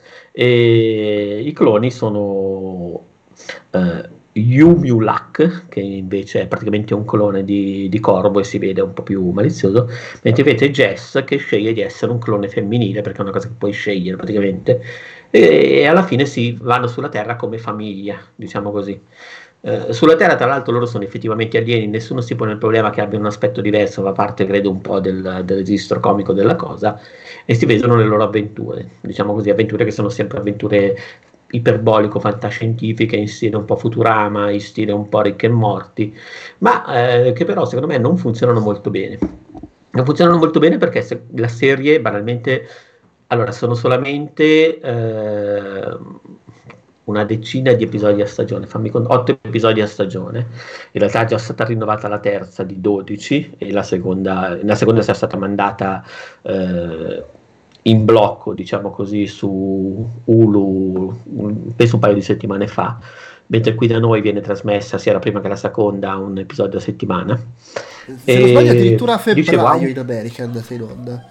B: e i cloni sono eh, Yu Mulak, che invece è praticamente un clone di, di Corvo e si vede un po' più malizioso, mentre avete Jess che sceglie di essere un clone femminile, perché è una cosa che puoi scegliere praticamente, e, e alla fine si vanno sulla Terra come famiglia, diciamo così. Eh, sulla Terra tra l'altro loro sono effettivamente alieni, nessuno si pone il problema che abbiano un aspetto diverso, a parte credo un po' del, del registro comico della cosa, e si vedono le loro avventure, diciamo così, avventure che sono sempre avventure iperbolico fantascientifiche in stile un po' Futurama, in stile un po' Rick and Morty, ma eh, che però secondo me non funzionano molto bene. Non funzionano molto bene perché se la serie banalmente, allora sono solamente eh, una decina di episodi a stagione, fammi conto, otto episodi a stagione, in realtà è già stata rinnovata la terza di dodici e la seconda, la seconda è stata mandata eh, in blocco, diciamo così, su Hulu, penso un paio di settimane fa, mentre qui da noi viene trasmessa sia la prima che la seconda, un episodio a settimana.
A: Se
B: e
A: non sbaglio addirittura a febbraio
B: dicevo,
A: in America è andata in onda.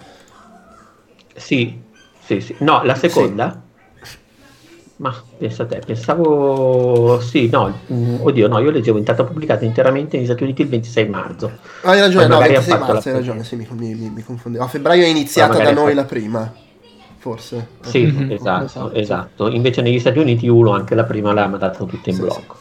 B: Sì, sì, sì. No, la seconda? Sì. Ma pensa te, pensavo sì, no, mh, oddio, no, io leggevo intanto pubblicata interamente negli Stati Uniti il ventisei marzo.
A: Ah, hai ragione,
B: Poi
A: no,
B: magari
A: ventisei
B: ha fatto
A: marzo,
B: la
A: hai ragione, sì, mi, mi, mi, mi confondevo. A febbraio è iniziata da
B: magari
A: noi
B: ha
A: la
B: fatto-
A: prima, forse.
B: Sì,
C: Mhm,
B: esatto,
C: esatto.
B: esatto. Invece negli Stati Uniti uno anche la prima l'ha mandato tutta in
A: Sì,
B: blocco.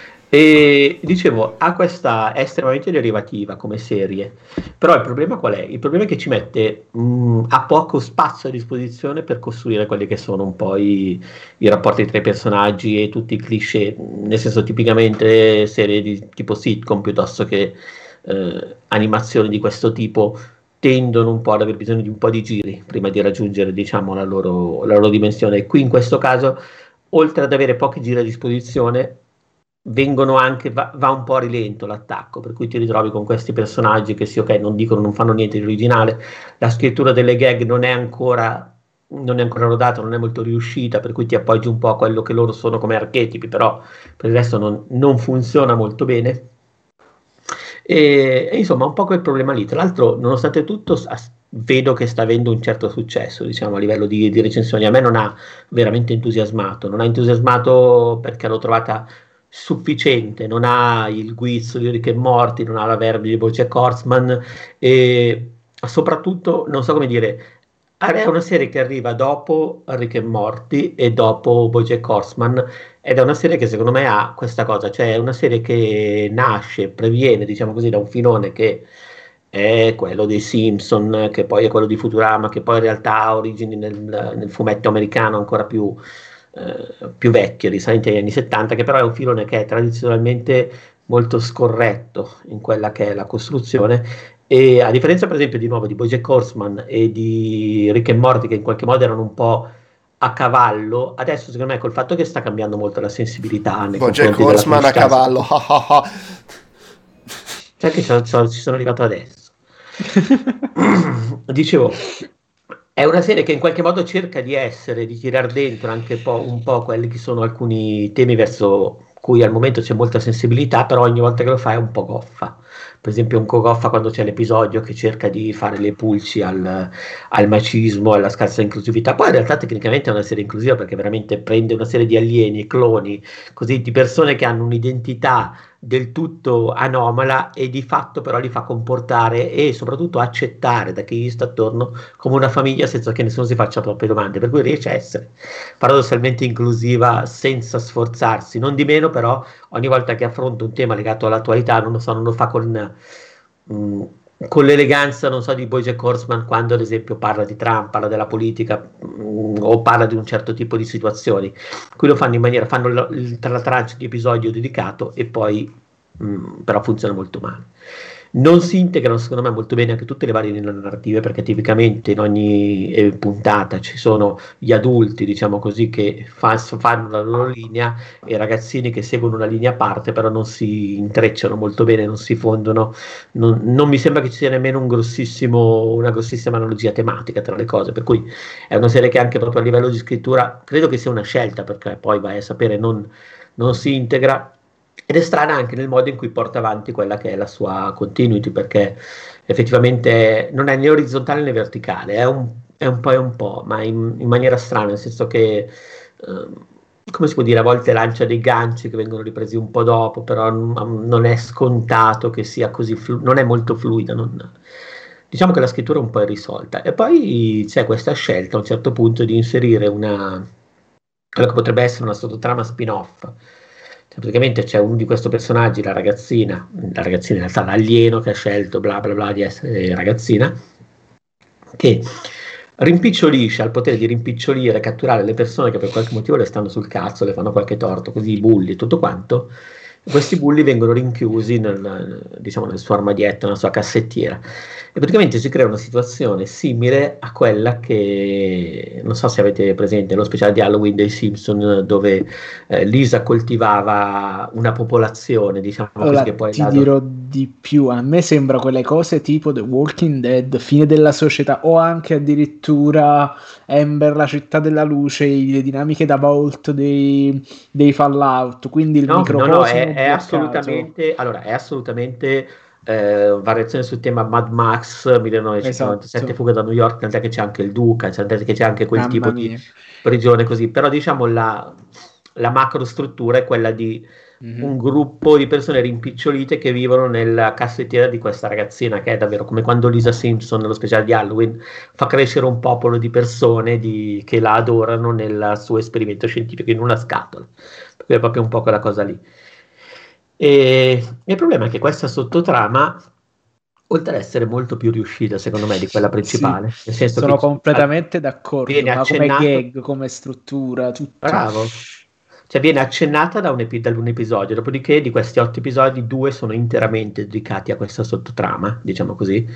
B: E dicevo, ha questa è estremamente derivativa come serie, però il problema qual è? Il problema è che ci mette mh, ha poco spazio a disposizione per costruire quelli che sono un po' i, i rapporti tra i personaggi e tutti i cliché, nel senso tipicamente serie di tipo sitcom piuttosto che eh, animazioni di questo tipo tendono un po' ad aver bisogno di un po' di giri prima di raggiungere, diciamo, la loro, la loro dimensione. E qui in questo caso, oltre ad avere pochi giri a disposizione, vengono anche, va, va un po' a rilento l'attacco, per cui ti ritrovi con questi personaggi che sì, ok, non dicono, non fanno niente di originale, la scrittura delle gag non è ancora non è ancora rodata, non è molto riuscita, per cui ti appoggi un po' a quello che loro sono come archetipi, però per il resto non, non funziona molto bene. E, e insomma, un po' quel problema lì. Tra l'altro, nonostante tutto, s- vedo che sta avendo un certo successo, diciamo, a livello di, di recensioni. A me non ha veramente entusiasmato, non ha entusiasmato perché l'ho trovata sufficiente, non ha il guizzo di Rick e Morty, non ha la verve di BoJack Horseman e soprattutto, non so come dire, è una serie che arriva dopo Rick e Morty e dopo BoJack Horseman ed è una serie che secondo me ha questa cosa, cioè è una serie che nasce, previene, diciamo così, da un filone che è quello dei Simpson, che poi è quello di Futurama, che poi in realtà ha origini nel, nel fumetto americano ancora più, eh, più vecchio, risalente agli anni settanta, che però è un filone che è tradizionalmente molto scorretto in quella che è la costruzione. E a differenza, per esempio, di nuovo di BoJack Horseman e di Rick e Morty, che in qualche modo erano un po' a cavallo, adesso secondo me col fatto che sta cambiando molto la sensibilità nei
A: BoJack
B: confronti della
A: Horseman a
B: comicità,
A: cavallo.
B: sai che so- so- ci sono arrivato adesso. Dicevo, è una serie che in qualche modo cerca di essere, di tirar dentro anche po- un po' quelli che sono alcuni temi verso cui al momento c'è molta sensibilità, però ogni volta che lo fa è un po' goffa. Per esempio un po' goffa quando c'è l'episodio che cerca di fare le pulci al, al macismo, alla scarsa inclusività. Poi in realtà tecnicamente è una serie inclusiva perché veramente prende una serie di alieni, cloni, così di persone che hanno un'identità del tutto anomala e di fatto però li fa comportare e soprattutto accettare da chi gli sta attorno come una famiglia senza che nessuno si faccia troppe domande, per cui riesce a essere paradossalmente inclusiva senza sforzarsi. Non di meno però ogni volta che affronta un tema legato all'attualità non lo so, non lo fa con mh, con l'eleganza, non so, di BoJack Horseman quando ad esempio parla di Trump, parla della politica mh, o parla di un certo tipo di situazioni. Qui lo fanno in maniera, fanno la, la tranche di episodio dedicato e poi mh, però funziona molto male. Non si integrano secondo me molto bene anche tutte le varie linee narrative perché tipicamente in ogni eh, puntata ci sono gli adulti, diciamo così, che fa, fanno la loro linea e i ragazzini che seguono una linea a parte però non si intrecciano molto bene, non si fondono, non, non mi sembra che ci sia nemmeno un grossissimo, una grossissima analogia tematica tra le cose, per cui è una serie che anche proprio a livello di scrittura credo che sia una scelta perché poi vai a sapere non, non si integra ed è strana anche nel modo in cui porta avanti quella che è la sua continuity perché effettivamente non è né orizzontale né verticale, è un, è un po' e un po', ma in, in maniera strana, nel senso che ehm, come si può dire, a volte lancia dei ganci che vengono ripresi un po' dopo, però non, non è scontato che sia così, flu- non è molto fluida, non, diciamo che la scrittura un po' è risolta. E poi c'è questa scelta a un certo punto di inserire una, quello che potrebbe essere una sottotrama spin-off. Cioè, praticamente c'è uno di questi personaggi, la ragazzina, la ragazzina in realtà l'alieno che ha scelto bla bla bla di essere ragazzina, che rimpicciolisce, ha il potere di rimpicciolire, catturare le persone che per qualche motivo le stanno sul cazzo, le fanno qualche torto, così i bulli e tutto quanto. Questi bulli vengono rinchiusi nel, diciamo, nel suo armadietto, nella sua cassettiera e praticamente si crea una situazione simile a quella che non so se avete presente lo speciale di Halloween dei Simpson dove eh, Lisa coltivava una popolazione, diciamo
C: Allora,
B: così, che poi
C: ti
B: la...
C: dirò di più. A me sembra quelle cose tipo The Walking Dead, fine della società, o anche addirittura Ember, la città della luce, le dinamiche da Vault dei, dei Fallout, quindi il
B: No, no,
C: microcosmo
B: no, è, è
C: bloccato.
B: assolutamente, allora, è assolutamente eh, variazione sul tema Mad Max millenovecentonovantasette,
C: Esatto.
B: Fuga da New York, tant'è che c'è anche il Duca, tant'è che c'è anche quel
C: Mamma
B: tipo
C: mia.
B: di prigione così, però diciamo la, la macro struttura è quella di
C: Mhm.
B: un gruppo di persone rimpicciolite che vivono nella cassettiera di questa ragazzina, che è davvero come quando Lisa Simpson nello speciale di Halloween fa crescere un popolo di persone di- che la adorano nel suo esperimento scientifico in una scatola, perché è proprio un po' quella cosa lì. E il problema è che questa sottotrama, oltre ad essere molto più riuscita secondo me di quella
C: Sì,
B: principale, nel senso
C: sono
B: che ci-
C: completamente d'accordo,
B: viene
C: ma come
B: accennato.
C: gag, come struttura, tutto.
B: Bravo. Cioè viene accennata da un, epi- da un episodio, dopodiché di questi otto episodi due sono interamente dedicati a questa sottotrama, diciamo così.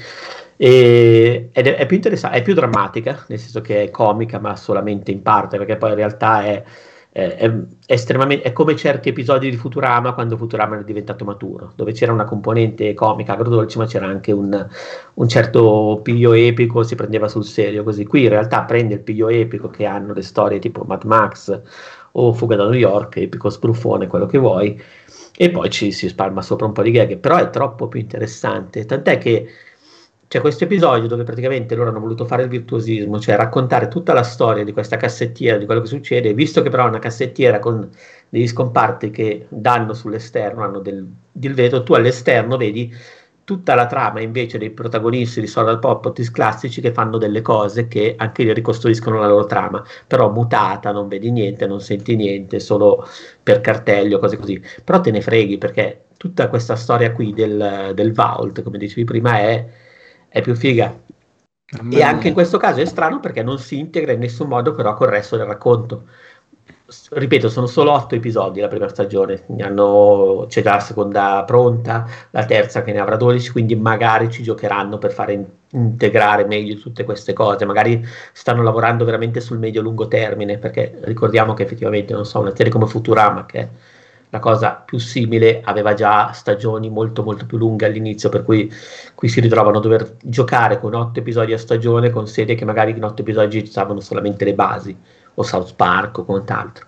B: E- ed è, è più interessante, è più drammatica, nel senso che è comica, ma solamente in parte, perché poi in realtà è, è- è estremamente, è come certi episodi di Futurama quando Futurama era diventato maturo, dove c'era una componente comica, agrodolce, ma c'era anche un, un certo piglio epico, si prendeva sul serio così. Qui in realtà prende il piglio epico che hanno le storie tipo Mad Max o Fuga da New York, epico spruffone, quello che vuoi, e poi ci si spalma sopra un po' di gag, però è troppo più interessante, tant'è che c'è questo episodio dove praticamente loro hanno voluto fare il virtuosismo, cioè raccontare tutta la storia di questa cassettiera, di quello che succede, visto che però è una cassettiera con degli scomparti che danno sull'esterno, hanno del, del vetro, tu all'esterno vedi tutta la trama invece dei protagonisti di Social Poppers classici che fanno delle cose che anche lì ricostruiscono la loro trama, però mutata, non vedi niente, non senti niente, solo per cartelli o cose così. Però te ne freghi perché tutta questa storia qui del, del Vault, come dicevi prima, è, è più figa.
C: Mamma
B: E anche in
C: mia.
B: questo caso è strano perché non si integra in nessun modo però col resto del racconto. S- Ripeto, sono solo otto episodi la prima stagione, ne hanno- c'è già la seconda pronta, la terza che ne avrà dodici, quindi magari ci giocheranno per fare in- integrare meglio tutte queste cose, magari stanno lavorando veramente sul medio-lungo termine, perché ricordiamo che effettivamente, non so, una serie come Futurama, che è la cosa più simile, aveva già stagioni molto molto più lunghe all'inizio, per cui qui si ritrovano a dover giocare con otto episodi a stagione, con serie che magari in otto episodi ci stavano solamente le basi, o South Park o quant'altro.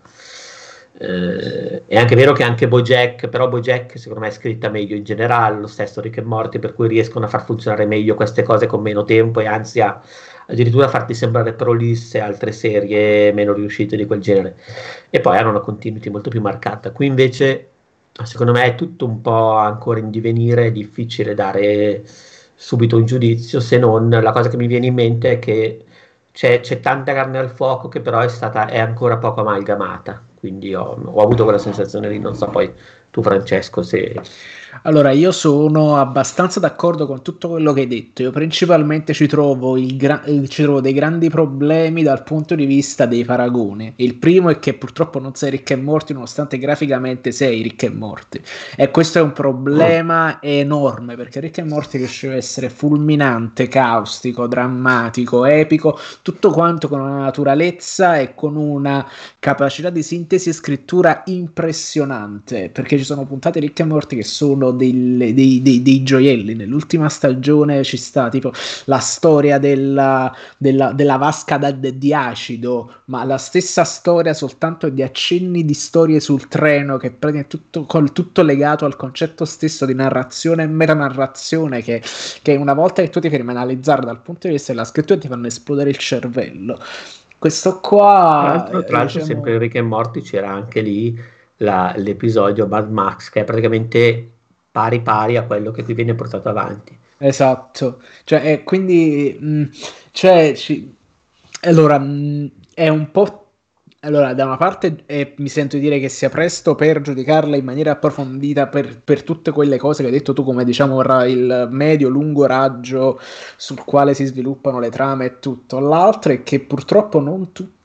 B: Eh, è anche vero che anche BoJack, però BoJack secondo me è scritta meglio in generale, lo stesso Rick e Morty, per cui riescono a far funzionare meglio queste cose con meno tempo e anzi a addirittura farti sembrare prolisse altre serie meno riuscite di quel genere, e poi hanno una continuity molto più marcata. Qui invece secondo me è tutto un po' ancora in divenire, è difficile dare subito un giudizio, se non la cosa che mi viene in mente è che c'è, c'è tanta carne al fuoco che però è stata è ancora poco amalgamata, quindi ho, ho avuto quella sensazione lì, non so poi tu Francesco se...
C: Allora, io sono abbastanza d'accordo con tutto quello che hai detto. Io principalmente ci trovo, il gra- eh, ci trovo dei grandi problemi dal punto di vista dei paragoni. Il primo è che purtroppo non sei Rick e Morty, nonostante graficamente sei Rick e Morty. E questo è un problema enorme, perché Rick e Morty riusciva a essere fulminante, caustico, drammatico, epico, tutto quanto con una naturalezza e con una capacità di sintesi e scrittura impressionante, perché ci sono puntate Rick e Morty che sono dei, dei, dei, dei gioielli. Nell'ultima stagione ci sta tipo la storia della, della, della vasca da, di acido, ma la stessa storia soltanto di accenni di storie sul treno, che prende tutto, col, tutto legato al concetto stesso di narrazione e metanarrazione, che, che una volta che tu ti fermi a analizzare dal punto di vista della scrittura ti fanno esplodere il cervello. Questo
B: Tra
C: qua,
B: l'altro,
C: eh,
B: tra l'altro
C: diciamo...
B: sempre in Rick e Morty c'era anche lì la- l'episodio Mad Max, che è praticamente pari pari a quello che qui viene portato avanti.
C: Esatto, cioè, e quindi mh, cioè, ci- allora mh, è un po', allora da una parte eh, mi sento di dire che sia presto per giudicarla in maniera approfondita per, per tutte quelle cose che hai detto tu, come diciamo ra- il medio-lungo raggio sul quale si sviluppano le trame e tutto. L'altro è che purtroppo non tutti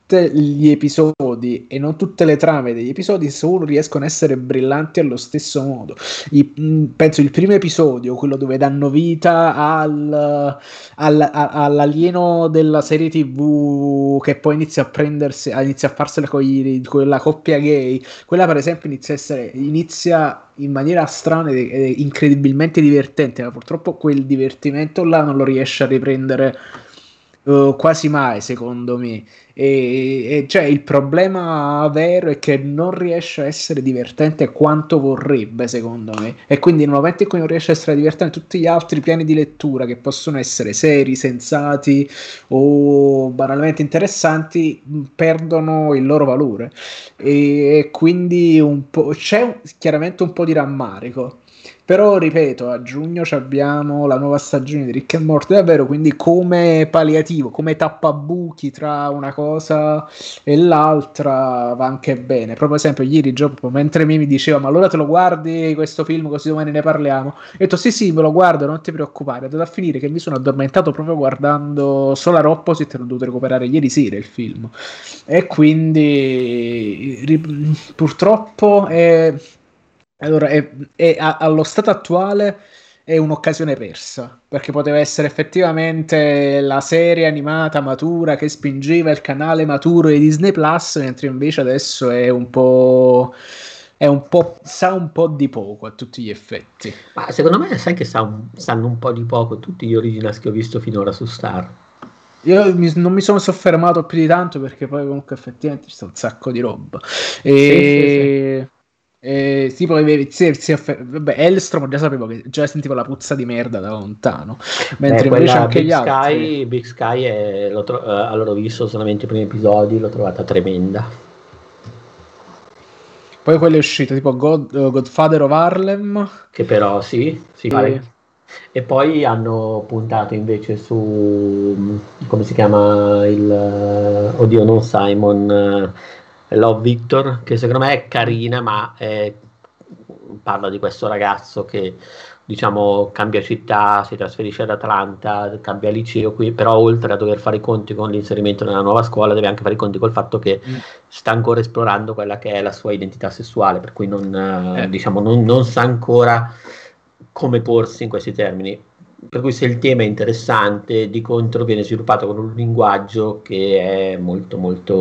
C: gli episodi e non tutte le trame degli episodi solo riescono a essere brillanti allo stesso modo. I, penso il primo episodio, quello dove danno vita al, al, a, all'alieno della serie tv che poi inizia a prendersi, inizia a farsela con, gli, con la coppia gay, quella per esempio inizia a essere inizia in maniera strana e incredibilmente divertente, ma purtroppo quel divertimento là non lo riesce a riprendere uh, quasi mai, secondo me. E, e cioè il problema vero è che non riesce a essere divertente quanto vorrebbe, secondo me, e quindi nel momento in cui non riesce a essere divertente, tutti gli altri piani di lettura che possono essere seri, sensati o banalmente interessanti perdono il loro valore, e quindi un po' c'è chiaramente un po' di rammarico. Però ripeto, a giugno abbiamo la nuova stagione di Rick and Morty, davvero, quindi come palliativo, come tappabuchi tra una cosa e l'altra va anche bene. Proprio esempio ieri Gio, mentre mi diceva ma allora te lo guardi questo film così domani ne parliamo, ho detto sì sì me lo guardo, non ti preoccupare. È andato a finire che mi sono addormentato proprio guardando Solar Opposite e l'ho dovuto recuperare ieri sera il film, e quindi ri- purtroppo è... Allora, è, è, a, allo stato attuale è un'occasione persa, perché poteva essere effettivamente la serie animata matura che spingeva il canale maturo di Disney Plus, mentre invece adesso è un po'... è un po', sa un po' di poco a tutti gli effetti.
B: Ma secondo me sai che sa un, sanno un po' di poco tutti gli originals che ho visto finora su Star.
C: Io mi, non mi sono soffermato più di tanto perché poi comunque effettivamente c'è un sacco di roba. E... Sì, sì, sì. Eh, tipo sì, sì, vabbè, Elstrom già sapevo che già sentivo la puzza di merda da lontano, mentre
B: Beh,
C: invece anche
B: Big
C: gli
B: Sky,
C: altri
B: Big Sky è, l'ho tro- eh, allora ho visto solamente i primi episodi, l'ho trovata tremenda.
C: Poi quello è uscito tipo God, uh, Godfather of Harlem,
B: che però sì, sì e... pare. E poi hanno puntato invece su come si chiama il oddio non Simon Love Victor, che secondo me è carina, ma è, parla di questo ragazzo che diciamo cambia città, si trasferisce ad Atlanta, cambia liceo qui, però oltre a dover fare i conti con l'inserimento nella nuova scuola deve anche fare i conti col fatto che mm. sta ancora esplorando quella che è la sua identità sessuale, per cui non, eh. diciamo, non, non sa ancora come porsi in questi termini. Per cui se il tema è interessante, di contro viene sviluppato con un linguaggio che è molto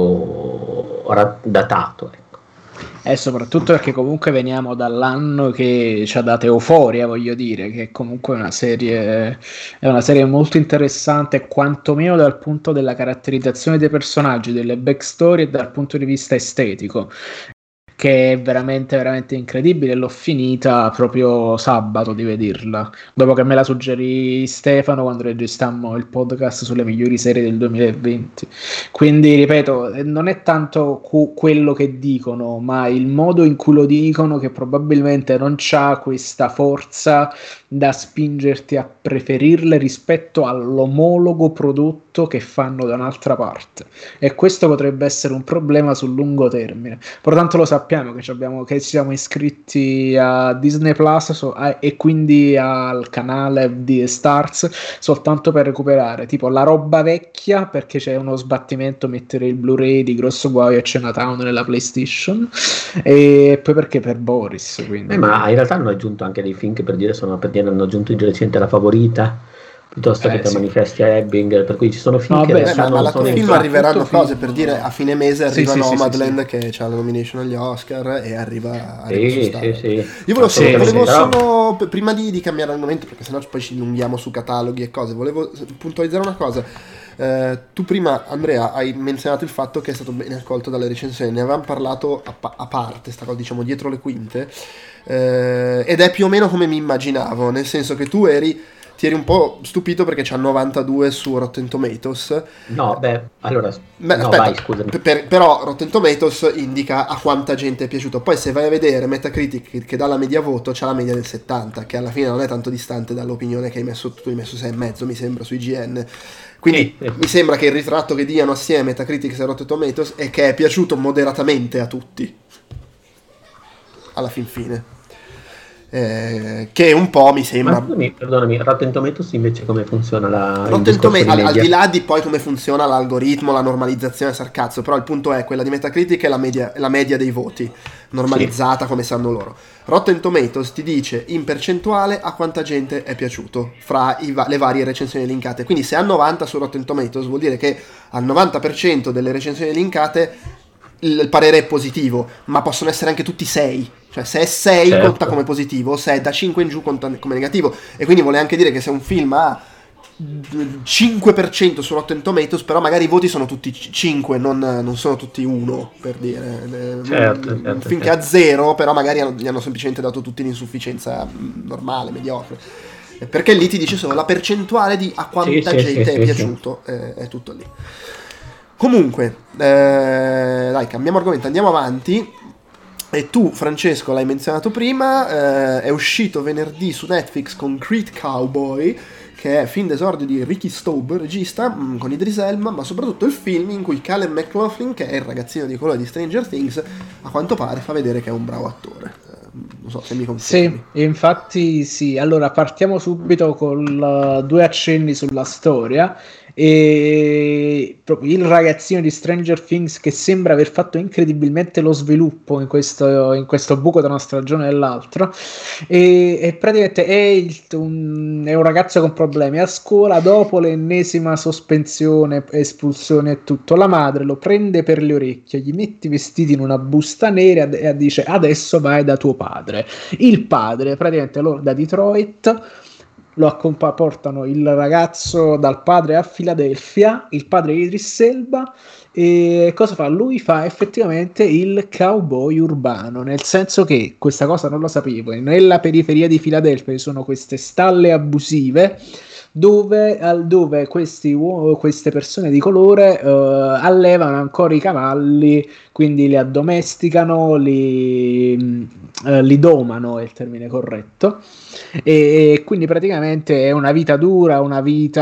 B: molto datato, ecco.
C: E soprattutto perché comunque veniamo dall'anno che ci ha dato euforia, voglio dire, che comunque è una serie è una serie molto interessante, quantomeno dal punto della caratterizzazione dei personaggi, delle backstory e dal punto di vista estetico, che è veramente veramente incredibile. L'ho finita proprio sabato di vederla, dopo che me la suggerì Stefano quando registrammo il podcast sulle migliori serie del duemilaventi. Quindi ripeto, non è tanto cu- quello che dicono, ma il modo in cui lo dicono che probabilmente non c'ha questa forza da spingerti a preferirle rispetto all'omologo prodotto che fanno da un'altra parte, e questo potrebbe essere un problema sul lungo termine. Pertanto lo sappiamo che, abbiamo, che ci siamo iscritti a Disney Plus so, a, e quindi al canale di Stars soltanto per recuperare tipo la roba vecchia, perché c'è uno sbattimento mettere il Blu-ray di Grosso Guaio a Chinatown nella PlayStation, e poi perché per Boris, quindi.
B: Eh, ma in realtà hanno aggiunto anche dei film che per dire sono per dire hanno aggiunto di recente La Favorita piuttosto eh, che per sì. Manifesti a Ebbing, per cui ci sono film no, che
A: beh, ma, ma la film
B: in...
A: arriveranno cose film. Per dire a fine mese arriva sì, Nomadland sì, sì, sì. che ha la nomination agli Oscar e arriva, arriva
B: sì, sì, sì.
A: Io volevo, sì, solo, volevo sì, solo però... prima di, di cambiare argomento, perché sennò poi ci dilunghiamo su cataloghi e cose, volevo puntualizzare una cosa. Uh, tu prima, Andrea, hai menzionato il fatto che è stato ben accolto dalle recensioni, ne avevamo parlato a, pa- a parte, sta cosa, diciamo dietro le quinte, uh, ed è più o meno come mi immaginavo, nel senso che tu eri ti eri un po' stupito perché c'ha novantadue su Rotten Tomatoes.
B: No, beh, allora
A: beh,
B: no,
A: aspetta,
B: vai, scusami.
A: Per, però Rotten Tomatoes indica a quanta gente è piaciuto. Poi se vai a vedere Metacritic che dà la media voto, c'ha la media del settanta, che alla fine non è tanto distante dall'opinione che hai messo tu, hai messo sei e mezzo, mi sembra, sui G N. Quindi eh, eh. mi sembra che il ritratto che diano assieme Metacritic e Rotten Tomatoes è che è piaciuto moderatamente a tutti alla fin fine. eh, che un po' mi sembra...
B: Ma scusami, perdonami, Rotten Tomatoes invece come funziona la...
A: Rotten Tomatoes, al, al di là di poi come funziona l'algoritmo, la normalizzazione, sarcazzo, però il punto è quella di Metacritic è la media, la media dei voti, normalizzata sì. come sanno loro. Rotten Tomatoes ti dice in percentuale a quanta gente è piaciuto fra i va- le varie recensioni linkate, quindi se ha novanta su Rotten Tomatoes vuol dire che al novanta per cento delle recensioni linkate il, il parere è positivo, ma possono essere anche tutti sei. Cioè se è sei certo. conta come positivo, se è da cinque in giù conta come negativo, e quindi vuole anche dire che se un film ha cinque per cento su Rotten Tomatoes, però magari i voti sono tutti cinque, non, non sono tutti uno, per dire.
B: Certo,
A: un
B: certo,
A: film che
B: certo.
A: ha zero, però magari gli hanno semplicemente dato tutti l'insufficienza normale, mediocre. Perché lì ti dice solo la percentuale di a quanta
B: sì,
A: gente
B: sì,
A: è
B: sì,
A: piaciuto, sì. È, è tutto lì. Comunque, eh, dai, cambiamo argomento, andiamo avanti. E tu, Francesco, l'hai menzionato prima, eh, è uscito venerdì su Netflix Concrete Cowboy, che è film d'esordio di Ricky Staub, regista, mh, con Idris Elba, ma soprattutto il film in cui Caleb McLaughlin, che è il ragazzino di colore di Stranger Things, a quanto pare fa vedere che è un bravo attore. Eh, non so se mi confermi.
C: Sì, infatti sì. Allora partiamo subito con uh, due accenni sulla storia. E proprio il ragazzino di Stranger Things che sembra aver fatto incredibilmente lo sviluppo in questo, in questo buco tra una stagione e l'altra, e, e praticamente è, il, un, è un ragazzo con problemi a scuola. Dopo l'ennesima sospensione, espulsione e tutto, la madre lo prende per le orecchie, gli mette i vestiti in una busta nera e dice adesso vai da tuo padre. Il padre praticamente loro da Detroit lo accompa- portano il ragazzo dal padre a Filadelfia, il padre di Idris Elba, e cosa fa? Lui fa effettivamente il cowboy urbano, nel senso che, questa cosa non lo sapevo, nella periferia di Filadelfia ci sono queste stalle abusive dove, dove questi, queste persone di colore uh, allevano ancora i cavalli, quindi li addomesticano, li, uh, li domano, è il termine corretto, e quindi praticamente è una vita dura, una vita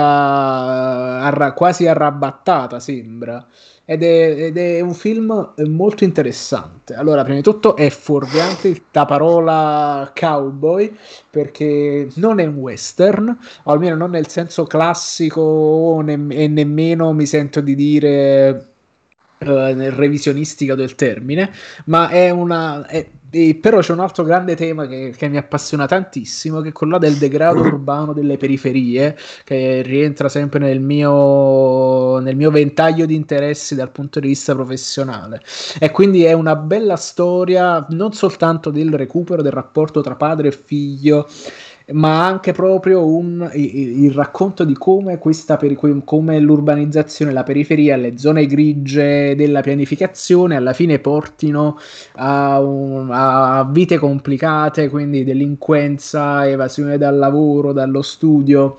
C: arra- quasi arrabattata sembra, ed è, ed è un film molto interessante. Allora, prima di tutto è fuorviante la parola cowboy, perché non è un western, o almeno non nel senso classico, ne- e nemmeno mi sento di dire uh, nel revisionistica del termine, ma è una... È, e però c'è un altro grande tema che, che mi appassiona tantissimo, che è quello del degrado urbano delle periferie, che rientra sempre nel mio, nel mio ventaglio di interessi dal punto di vista professionale, e quindi è una bella storia non soltanto del recupero del rapporto tra padre e figlio, ma anche proprio un, il, il racconto di come questa peri- come l'urbanizzazione, la periferia, le zone grigie della pianificazione alla fine portino a, un, a vite complicate, quindi delinquenza, evasione dal lavoro, dallo studio.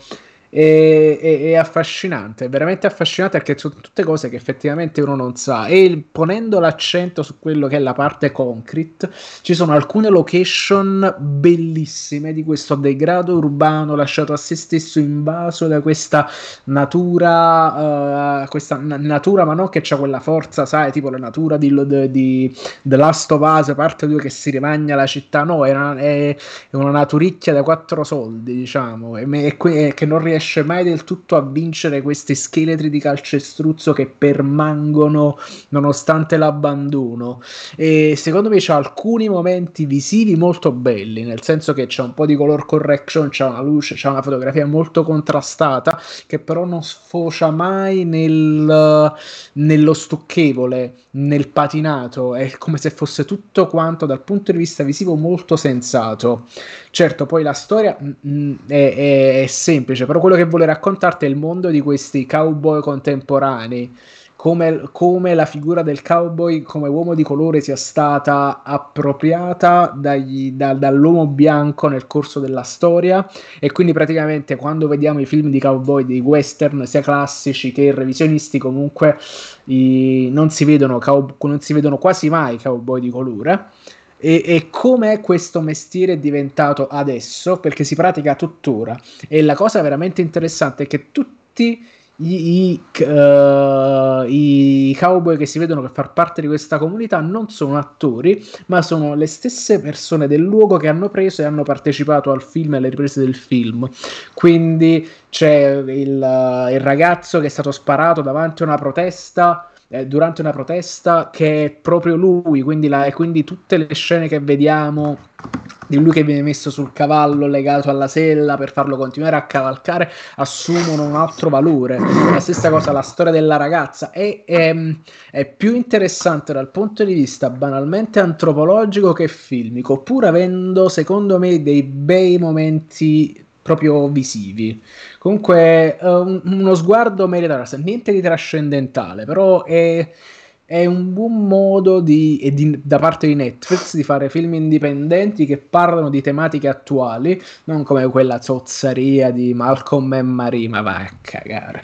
C: È, è, è affascinante, è veramente affascinante, perché sono tutte cose che effettivamente uno non sa, e ponendo l'accento su quello che è la parte concrete, ci sono alcune location bellissime di questo degrado urbano lasciato a se stesso, invaso da questa natura, uh, questa n- natura ma non che c'ha quella forza, sai, tipo la natura di, di, di The Last of Us parte due che si rimagna la città, no, è una, è, è una naturicchia da quattro soldi, diciamo, e, e, e che non riesce mai del tutto a vincere questi scheletri di calcestruzzo che permangono nonostante l'abbandono. E secondo me c'ha alcuni momenti visivi molto belli, nel senso che c'è un po' di color correction, c'è una luce, c'è una fotografia molto contrastata, che però non sfocia mai nel, nello stucchevole, nel patinato, è come se fosse tutto quanto dal punto di vista visivo molto sensato. Certo, poi la storia mh, è, è, è semplice, però quello che vuole raccontarti è il mondo di questi cowboy contemporanei, come, come la figura del cowboy come uomo di colore sia stata appropriata dagli, da, dall'uomo bianco nel corso della storia, e quindi praticamente quando vediamo i film di cowboy, di western, sia classici che revisionisti, comunque i, non, si vedono cow, non si vedono quasi mai cowboy di colore. E, e come questo mestiere è diventato adesso, perché si pratica tuttora, e la cosa veramente interessante è che tutti I, i, uh, i cowboy che si vedono per far parte di questa comunità non sono attori, ma sono le stesse persone del luogo che hanno preso e hanno partecipato al film e alle riprese del film. Quindi c'è il, il ragazzo che è stato sparato davanti a una protesta, eh, durante una protesta, che è proprio lui, quindi, la, quindi tutte le scene che vediamo di lui che viene messo sul cavallo legato alla sella per farlo continuare a cavalcare assumono un altro valore. La stessa cosa la storia della ragazza è, è, è più interessante dal punto di vista banalmente antropologico che filmico, pur avendo secondo me dei bei momenti proprio visivi. Comunque uh, uno sguardo merita, niente di trascendentale, però è è un buon modo di, e di, da parte di Netflix di fare film indipendenti che parlano di tematiche attuali, non come quella zozzaria di Malcolm e Marie, ma vai a cagare.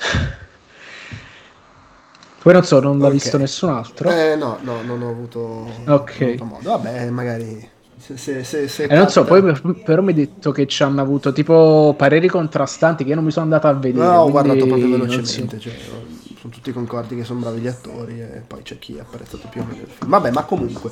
C: Poi non so, non l'ha okay. visto nessun altro?
A: Eh, no, no, non ho avuto,
C: okay.
A: non ho avuto modo. Vabbè, magari... Se, se, se, se
C: eh, non so, poi però mi hai detto che ci hanno avuto tipo pareri contrastanti che io non mi sono andato a vedere.
A: No, ho guardato proprio velocemente, so. Cioè, sono tutti concordi che sono bravi gli attori e poi c'è chi ha apprezzato più o meno il film. Vabbè, ma comunque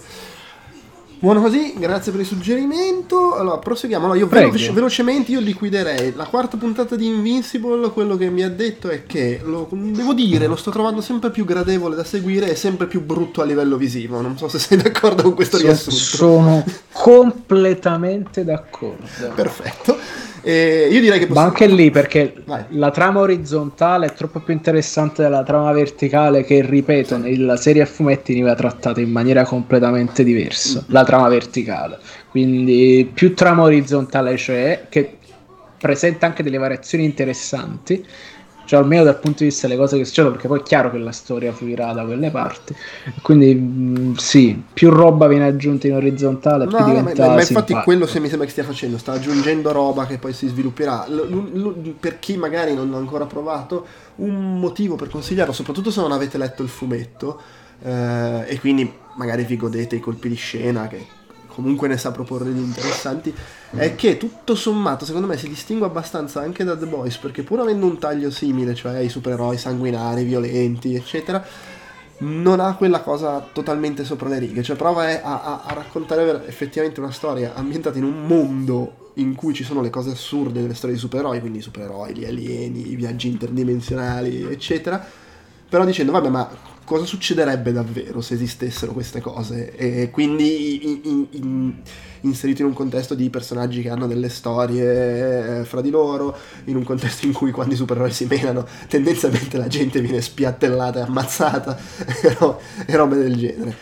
A: buono così, grazie per il suggerimento. Allora, proseguiamo. Allora, io velo- velocemente io liquiderei la quarta puntata di Invincible. Quello che mi ha detto è che, lo, devo dire, lo sto trovando sempre più gradevole da seguire e sempre più brutto a livello visivo. Non so se sei d'accordo con questo
C: so,
A: riassunto.
C: Sono completamente d'accordo.
A: Perfetto. E io direi che possiamo...
C: Ma anche lì, perché
A: Vai.
C: la trama orizzontale è troppo più interessante della trama verticale, che ripeto, nella serie a fumetti veniva trattata in maniera completamente diversa, mm. la trama verticale. Quindi più trama orizzontale c'è, che presenta anche delle variazioni interessanti, cioè almeno dal punto di vista delle cose che succedono, perché poi è chiaro che la storia fluirà da quelle parti, quindi mh, sì, più roba viene aggiunta in orizzontale,
A: no,
C: più diventa
A: ma, ma infatti
C: simpatico.
A: quello se mi sembra che stia facendo, sta aggiungendo roba che poi si svilupperà. L- l- l- per chi magari non l'ha ancora provato, un motivo per consigliarlo, soprattutto se non avete letto il fumetto eh, e quindi magari vi godete i colpi di scena che comunque ne sa proporre di interessanti, è che tutto sommato secondo me si distingue abbastanza anche da The Boys, perché pur avendo un taglio simile, cioè i supereroi sanguinari, violenti eccetera, non ha quella cosa totalmente sopra le righe, cioè prova a, a, a raccontare effettivamente una storia ambientata in un mondo in cui ci sono le cose assurde delle storie di supereroi, quindi i supereroi, gli alieni, i viaggi interdimensionali eccetera, però dicendo vabbè, ma cosa succederebbe davvero se esistessero queste cose, e quindi in, in, inserito in un contesto di personaggi che hanno delle storie eh, fra di loro, in un contesto in cui quando i supereroi si menano tendenzialmente la gente viene spiattellata e ammazzata e robe del genere.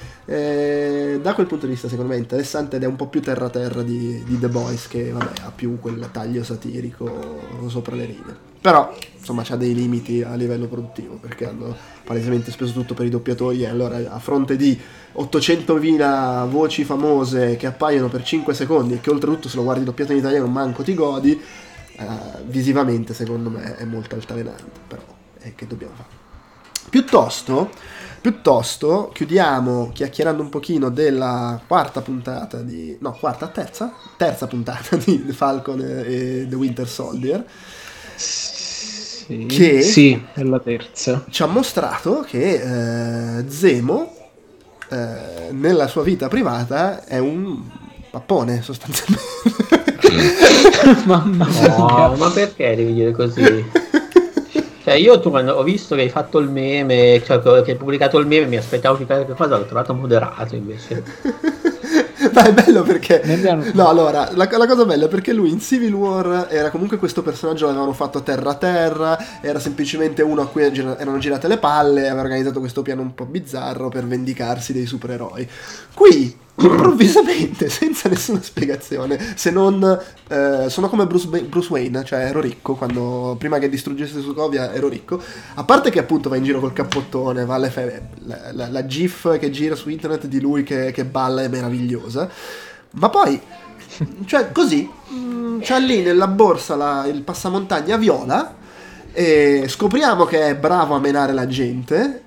A: E da quel punto di vista secondo me è interessante ed è un po' più terra terra di, di The Boys, che vabbè ha più quel taglio satirico sopra le righe, però insomma c'ha dei limiti a livello produttivo, perché hanno palesemente speso tutto per i doppiatori, e allora a fronte di ottocentomila voci famose che appaiono per cinque secondi e che oltretutto se lo guardi doppiato in italiano manco ti godi, eh, visivamente secondo me è molto altalenante, però eh, che dobbiamo fare? Piuttosto, piuttosto chiudiamo chiacchierando un pochino della quarta puntata di... no, quarta, terza? Terza puntata di The Falcon e The Winter Soldier,
C: sì,
A: che
C: sì, è la terza.
A: Ci ha mostrato che eh, Zemo eh, nella sua vita privata è un pappone sostanzialmente.
C: Mamma
B: no, ma perché devi dire così? Cioè io tu quando ho visto che hai fatto il meme, cioè che hai pubblicato il meme, mi aspettavo che qualche cosa, l'ho trovato moderato invece.
A: Ma è bello perché no, allora la, la cosa bella è perché lui in Civil War era comunque questo personaggio, l'avevano fatto terra a terra, era semplicemente uno a cui erano girate le palle, aveva organizzato questo piano un po' bizzarro per vendicarsi dei supereroi. Qui improvvisamente, senza nessuna spiegazione, se non eh, sono come Bruce, Bruce Wayne, cioè ero ricco quando prima che distruggesse Sokovia ero ricco, a parte che appunto va in giro col cappottone, va alle fe- la, la, la gif che gira su internet di lui che, che balla è meravigliosa, ma poi cioè così mh, c'ha lì nella borsa la, il passamontagna viola e scopriamo che è bravo a menare la gente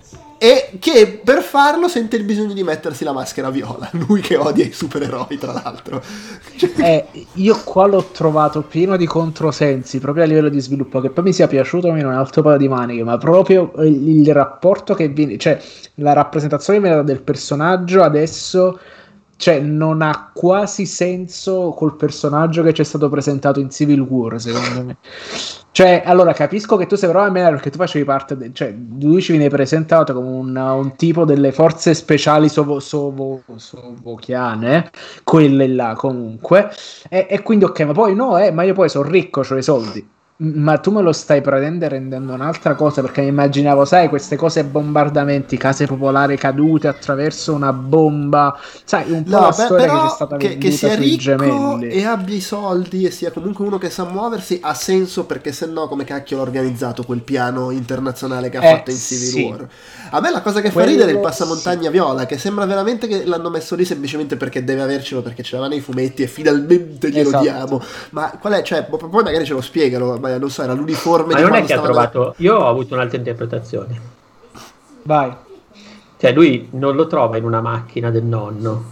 A: e che per farlo sente il bisogno di mettersi la maschera viola, lui che odia i supereroi tra l'altro.
C: Eh, io qua l'ho trovato pieno di controsensi proprio a livello di sviluppo, che poi mi sia piaciuto o meno un altro paio di maniche, ma proprio il, il rapporto che viene, cioè la rappresentazione che viene data del personaggio adesso, cioè non ha quasi senso col personaggio che ci è stato presentato in Civil War, secondo me. Cioè, allora capisco che tu sei però a me perché tu facevi parte de- cioè lui ci viene presentato come un, un tipo delle forze speciali sovo, sovo, sovochiane, quelle là comunque, e, e quindi ok, ma poi no, eh, ma io poi sono ricco, ho i soldi. Ma tu me lo stai pretendendo rendendo un'altra cosa, perché mi immaginavo, sai, queste cose bombardamenti, case popolari cadute attraverso una bomba, sai, un po'
A: no,
C: la
A: beh,
C: storia
A: però
C: che c'è stata
A: che, che sia
C: sui
A: ricco
C: gemelli.
A: e abbia i soldi e sia comunque uno che sa muoversi ha senso, perché se no come cacchio l'ha organizzato quel piano internazionale che ha
C: Eh,
A: fatto in Civil
C: sì.
A: War. A me la cosa che fa
C: Quello
A: ridere è il passamontagna
C: sì.
A: viola, che sembra veramente che l'hanno messo lì semplicemente perché deve avercelo, perché ce l'aveva nei fumetti e finalmente glielo
C: Esatto.
A: diamo. Ma qual è? Cioè, poi magari ce lo spiegano, ma non so, era l'uniforme
B: Ma
A: di
B: non è
A: quando
B: che ha
A: stavano...
B: trovato, io ho avuto un'altra interpretazione,
C: Vai.
B: cioè lui non lo trova in una macchina del nonno.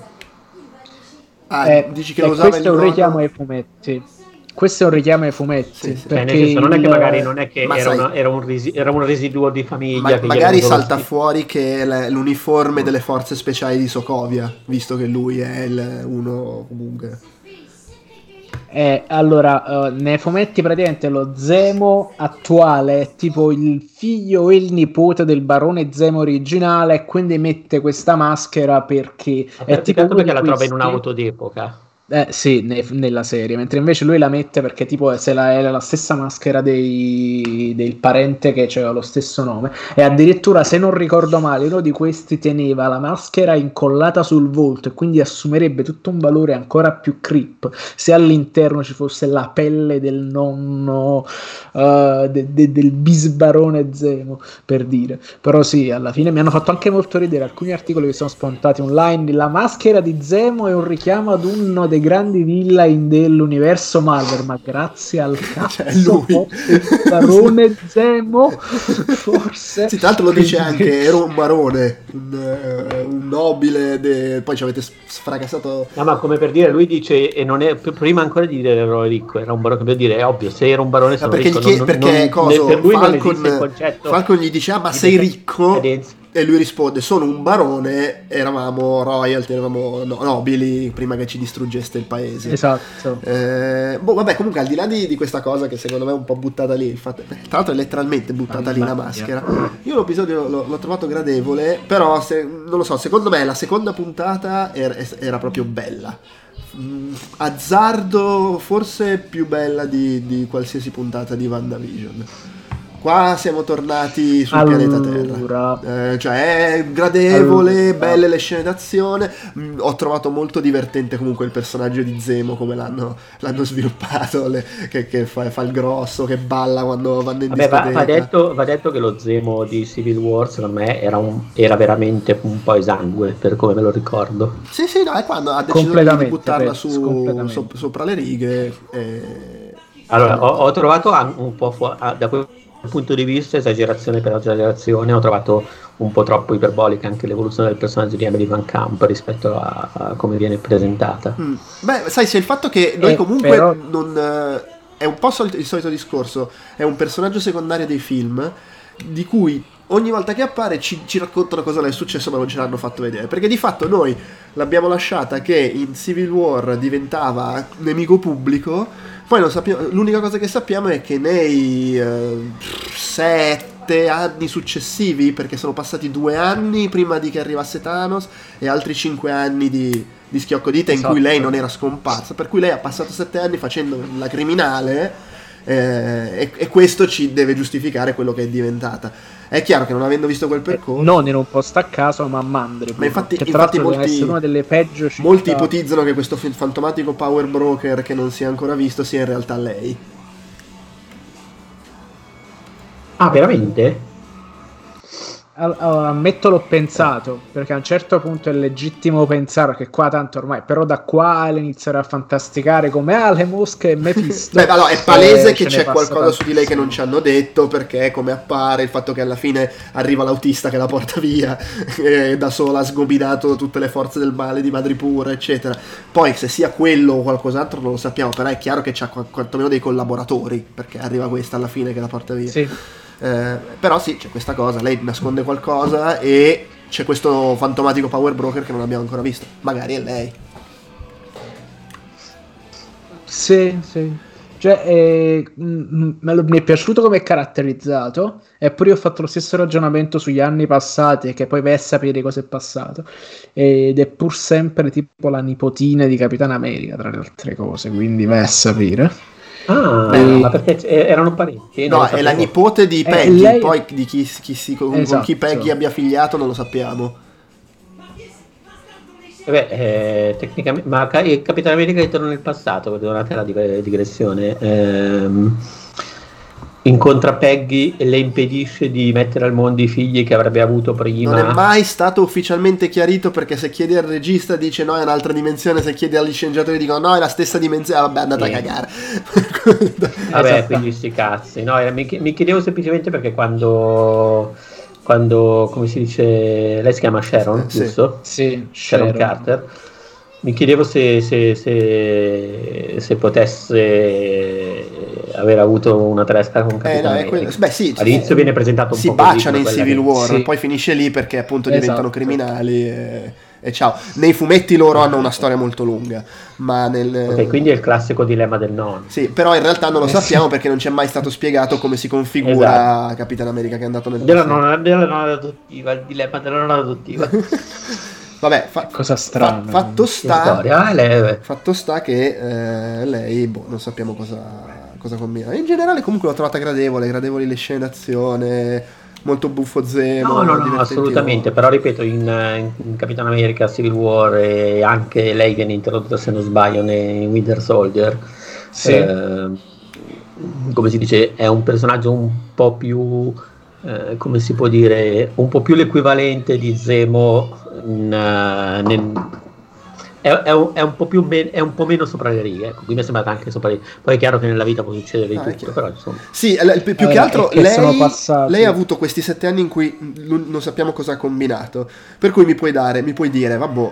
A: Ah,
C: Eh,
A: dici che
C: e
A: lo usava
C: questo
A: il
C: è un
A: nonno?
C: richiamo ai fumetti. Questo è un richiamo ai fumetti.
A: Sì, sì.
B: Cioè, nel
C: Perché
B: senso, non è che
C: il-
B: magari non è che
A: Ma
B: era,
A: sai-
B: una- era, un resi- era un residuo di famiglia
A: Ma-
B: che gli
A: magari
B: era venuto
A: salta
B: lo-
A: fuori che è l- l'uniforme delle forze speciali di Sokovia, visto che lui è il uno comunque.
C: Eh, allora, eh, nei fumetti praticamente lo Zemo attuale è tipo il figlio e il nipote del barone Zemo originale, e quindi mette questa maschera perché
B: È
C: è tipo uno
B: perché
C: di
B: la trova in
C: questi-
B: un'auto d'epoca.
C: Eh, sì, ne- nella serie, mentre invece lui la mette perché tipo se la, è la stessa maschera dei, del parente che aveva lo stesso nome, e addirittura, se non ricordo male, uno di questi teneva la maschera incollata sul volto e quindi assumerebbe tutto un valore ancora più creep se all'interno ci fosse la pelle del nonno, eh, de- de- del bisbarone Zemo, per dire. Però sì, alla fine mi hanno fatto anche molto ridere alcuni articoli che sono spuntati online. La maschera di Zemo è un richiamo ad uno dei grandi villain dell'universo Marvel, ma grazie al cazzo,
A: Cioè, lui.
C: forse il barone Zemo, forse.
A: Sì, tra l'altro lo dice
C: Quindi-
A: anche, ero un barone, un, eh, un nobile, de- poi ci avete sfracassato...
B: No, ma come per dire, lui dice, e non è p- prima ancora di dire ero ricco, era un barone, per dire, è ovvio, se era un barone sono
A: perché,
B: ricco.
A: gli chie-
B: non-
A: perché
B: non-
A: coso,
B: per lui non esiste il
A: Falcon,
B: concetto.
A: Falcon gli dice, ah ma
B: di
A: sei ricco?
B: decadenza.
A: E lui risponde, sono un barone, eravamo royalty, eravamo no- nobili prima che ci distruggeste il paese.
C: Esatto.
A: Eh, boh, vabbè, comunque al di là di, di questa cosa che secondo me è un po' buttata lì, il fatto, tra l'altro è letteralmente buttata lì la
C: Mamma
A: maschera. Io l'episodio l'ho, l'ho trovato gradevole, però se- non lo so, secondo me la seconda puntata era, era proprio bella. Mm, azzardo forse più bella di, di qualsiasi puntata di WandaVision. Qua siamo tornati sul
C: Allora.
A: pianeta Terra. Eh, cioè è gradevole,
C: Allora.
A: belle le scene d'azione. Mm, ho trovato molto divertente comunque il personaggio di Zemo, come l'hanno, l'hanno sviluppato, le- che, che fa, fa il grosso, che balla quando vanno in
B: Vabbè, va,
A: discoteca.
B: va detto, va detto che lo Zemo di Civil War, secondo me, era, un- era veramente un po' esangue, per come me lo ricordo.
A: Sì, sì, no, è quando ha deciso di
C: Completamente,
A: buttarla
C: penso,
A: su,
C: completamente.
A: so- sopra le righe. E...
B: Allora, ho, ho trovato an- un po' fu- ah, da quel punto di vista, esagerazione per esagerazione, ho trovato un po' troppo iperbolica anche l'evoluzione del personaggio di Emily Van Camp rispetto a, a come viene presentata.
A: Mm. Beh, sai, c'è il fatto che noi
C: Eh,
A: comunque
C: però-
A: non... eh, è un po' sol- il solito discorso, è un personaggio secondario dei film, di cui ogni volta che appare ci, ci raccontano cosa le è successo ma non ce l'hanno fatto vedere, perché di fatto noi l'abbiamo lasciata che in Civil War diventava nemico pubblico, poi non sappiamo, l'unica cosa che sappiamo è che nei eh, sette anni successivi, perché sono passati due anni prima di che arrivasse Thanos e altri cinque anni di, di schiocco-dita in
C: Esatto.
A: cui lei non era scomparsa, per cui lei ha passato sette anni facendo la criminale, eh, e, e questo ci deve giustificare quello che è diventata. È chiaro che non avendo visto quel percorso,
C: Non in un posto a caso, ma a Mandrill.
A: Ma infatti-
C: che tra
A: infatti
C: l'altro deve
A: molti-
C: essere una delle peggio città.
A: molti ipotizzano che questo fi- fantomatico power broker che non si è ancora visto sia in realtà lei.
B: Ah, veramente?
C: Allora, ammetto l'ho pensato, perché a un certo punto è legittimo pensare che qua tanto ormai, però da qua iniziare a fantasticare come ah, le mosche e Mephisto.
A: Beh, allora, è palese
C: eh,
A: che c'è qualcosa su di lei che non ci hanno detto, perché come appare il fatto che alla fine arriva l'autista che la porta via e da sola ha sgominato tutte le forze del male di Madripoor, eccetera. Poi se sia quello o qualcos'altro non lo sappiamo, però è chiaro che c'ha qu- quantomeno dei collaboratori, perché arriva questa alla fine che la porta via.
C: Sì.
A: Eh, però sì, c'è questa cosa, lei nasconde qualcosa e c'è questo fantomatico power broker che non abbiamo ancora visto. Magari è lei.
C: Sì, sì. Cioè, eh, m- m- mi è piaciuto come è caratterizzato, eppure io ho fatto lo stesso ragionamento sugli anni passati, che poi vai a sapere cosa è passato. Ed è pur sempre tipo la nipotina di Capitan America, tra le altre cose, quindi vai a sapere.
B: Ah,
C: E...
B: ma perché erano parenti?
A: No, è la nipote di Peggy,
C: eh, lei...
A: poi di chi, chi si, con,
C: esatto.
A: con chi Peggy abbia figliato non lo sappiamo.
B: Eh beh, eh, tecnicamente, ma il Capitano America ritorna nel passato, perdonate la digressione. Ehm, incontra Peggy e le impedisce di mettere al mondo i figli che avrebbe avuto prima.
A: Non è mai stato ufficialmente chiarito, perché se chiedi al regista dice no, è un'altra dimensione, se chiedi agli sceneggiatori dicono no, è la stessa dimensione. Ah, vabbè, andate sì. a cagare.
B: Vabbè, esatto. Quindi sti cazzi. No, mi, mi chiedevo semplicemente perché quando, quando, come si dice, lei si chiama Sharon,
A: sì.
B: giusto?
C: Sì,
B: Sharon, Sharon Carter. Mi chiedevo se, se, se, se potesse aver avuto una tresca con Capitano
A: eh, no, quello, beh, sì,
B: all'inizio
A: sì,
B: viene presentato un
A: si
B: po'
A: baciano in Civil
B: che...
A: War,
C: sì.
A: poi finisce lì perché appunto
C: esatto.
A: diventano criminali e, e ciao. Nei fumetti loro hanno una storia molto lunga, ma nel...
B: Ok, quindi è il classico dilemma del nonno.
A: Sì, però in realtà non lo
C: eh,
A: sappiamo
C: sì.
A: perché non ci è mai stato spiegato come si configura esatto. Capitan America che è andato nel
B: della nonna, della nonna adottiva, il dilemma della nonna adottiva.
A: Vabbè, fa,
C: cosa strana.
A: Fa, fatto sta,
B: ah, lei,
A: fatto sta che eh, lei, boh, non sappiamo cosa, cosa combina. In generale, comunque l'ho trovata gradevole, gradevoli le scene d'azione, molto buffo Zemo.
B: No, no, no, assolutamente. Però ripeto, in, in Capitan America Civil War e anche lei viene introdotta, se non sbaglio, in Winter Soldier.
C: Sì.
B: Eh, come si dice, è un personaggio un po' più. Eh, come si può dire, un po' più l'equivalente di Zemo in, uh, nel, è, è, un, è un po' più me, è un po' meno sopra le righe, ecco, qui mi è sembrata anche sopra le righe. Poi è chiaro che nella vita può succedere di
A: ah,
B: tutto, però insomma.
A: Sì, più, più
C: eh,
A: che altro
C: che
A: lei, lei ha avuto questi sette anni in cui non sappiamo cosa ha combinato, per cui mi puoi dare, mi puoi dire, vabbè,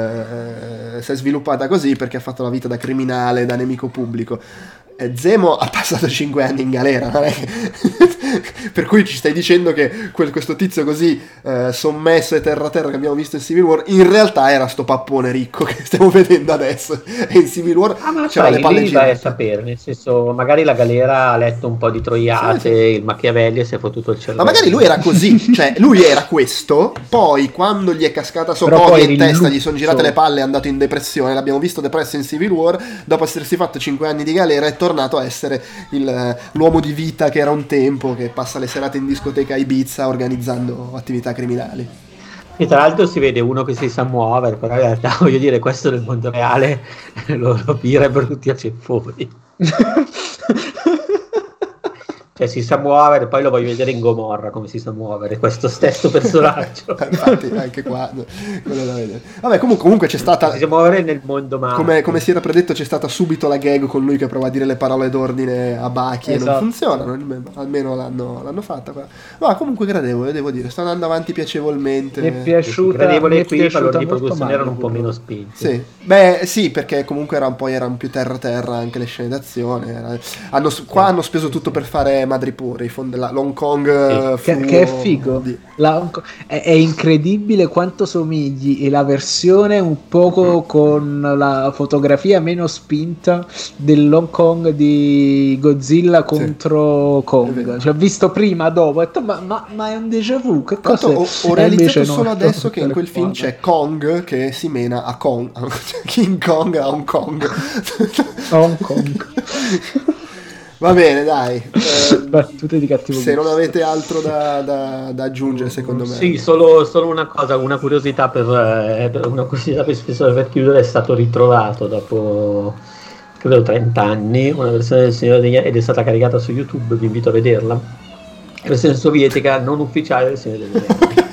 A: eh, si è sviluppata così perché ha fatto la vita da criminale, da nemico pubblico. Zemo ha passato cinque anni in galera, non è che... per cui ci stai dicendo che quel, questo tizio così eh, sommesso e terra terra che abbiamo visto in Civil War in realtà era sto pappone ricco che stiamo vedendo adesso, e in Civil War
B: ah, ma
A: c'era
B: sai,
A: le palle
B: lì vai a sapere, nel senso magari la galera ha letto un po' di troiate, sì, sì. il Machiavelli e si è fottuto il cervello.
A: Ma magari lui era così, cioè lui era questo, poi quando gli è cascata Sokovia in testa, gli sono girate le palle, è andato in depressione, l'abbiamo visto depresso in Civil War, dopo essersi fatto cinque anni di galera è tornato a essere il, l'uomo di vita che era un tempo, che passa le serate in discoteca a Ibiza organizzando attività criminali.
B: E tra l'altro si vede uno che si sa muovere, però in realtà voglio dire, questo nel mondo reale lo, lo pirebbero tutti a ceffoni. Cioè si sa muovere, poi lo voglio vedere in Gomorra come si sa muovere questo stesso personaggio.
A: Infatti anche qua quello da vedere. Vabbè, comunque, comunque c'è stata,
B: si sa muovere nel mondo male.
A: Come, come si era predetto, c'è stata subito la gag con lui che prova a dire le parole d'ordine a Baki, esatto. E non funzionano, almeno l'hanno, l'hanno fatta qua. Ma comunque gradevole, devo dire, sta andando avanti piacevolmente.
C: Mi è piaciuta,
B: gradevole
C: mi è
B: qui, i valori di produzione erano un po' meno spinti.
A: Sì. Beh sì, perché comunque era un po', erano più terra terra anche le scene d'azione. Era... Hanno, qua sì. hanno speso tutto per fare Madripoor, i fondi della Hong Kong,
C: sì. che, che è figo di... la Hong Kong... è, è incredibile quanto somigli e la versione un poco con la fotografia meno spinta dell'Hong Kong di Godzilla contro sì. Kong. Cioè, ho visto prima, dopo, ho detto ma, ma, ma è un déjà vu, che cosa?
A: Ho, ho realizzato solo no, adesso che in quel film c'è Kong che si mena a Kong, King Kong a Hong Kong.
C: Hong Kong.
A: Va bene, dai. Eh,
C: Battute di cattivo
A: se non avete altro da, da, da aggiungere, secondo me.
B: Sì, solo, solo una cosa, una curiosità per, eh, una curiosità per spesso per chiudere, è stato ritrovato dopo credo trenta anni una versione del Signore degli Anelli ed è stata caricata su YouTube, vi invito a vederla. La versione sovietica non ufficiale del Signore degli Anelli.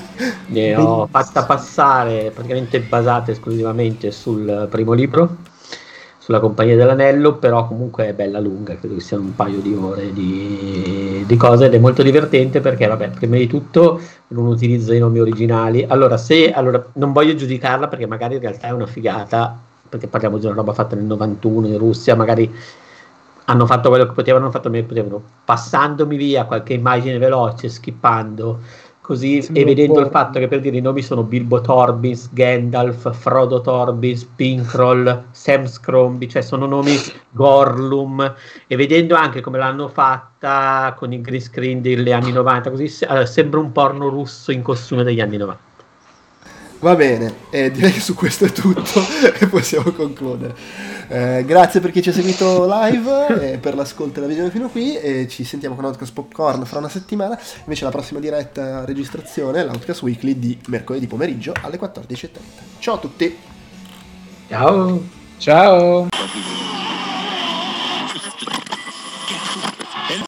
B: Ne ho fatta passare praticamente basate esclusivamente sul primo libro, sulla Compagnia dell'Anello, però comunque è bella lunga, credo che siano un paio di ore di, di cose, ed è molto divertente perché, vabbè, prima di tutto non utilizza i nomi originali. Allora, se allora non voglio giudicarla perché magari in realtà è una figata, perché parliamo di una roba fatta nel novantuno in Russia, magari hanno fatto quello che potevano, hanno fatto meglio che potevano, passandomi via qualche immagine veloce, skippando così,
C: Sembra
B: e vedendo il
C: un po'.
B: fatto che, per dire, i nomi sono Bilbo Torbinsky, Gandalf, Frodo Torbinsky, Pinkroll, Sam Scromby, cioè sono nomi Gorlum, e vedendo anche come l'hanno fatta con il green screen degli anni novanta, così se- eh, sembra un porno russo in costume degli anni novanta.
A: Va bene, eh, direi che su questo è tutto e possiamo concludere. Eh, grazie per chi ci ha seguito live e per l'ascolto e la visione fino qui, e ci sentiamo con Outcast Popcorn fra una settimana. Invece la prossima diretta registrazione è l'Outcast Weekly di mercoledì pomeriggio alle quattordici e trenta. Ciao a tutti!
B: Ciao!
C: Ciao!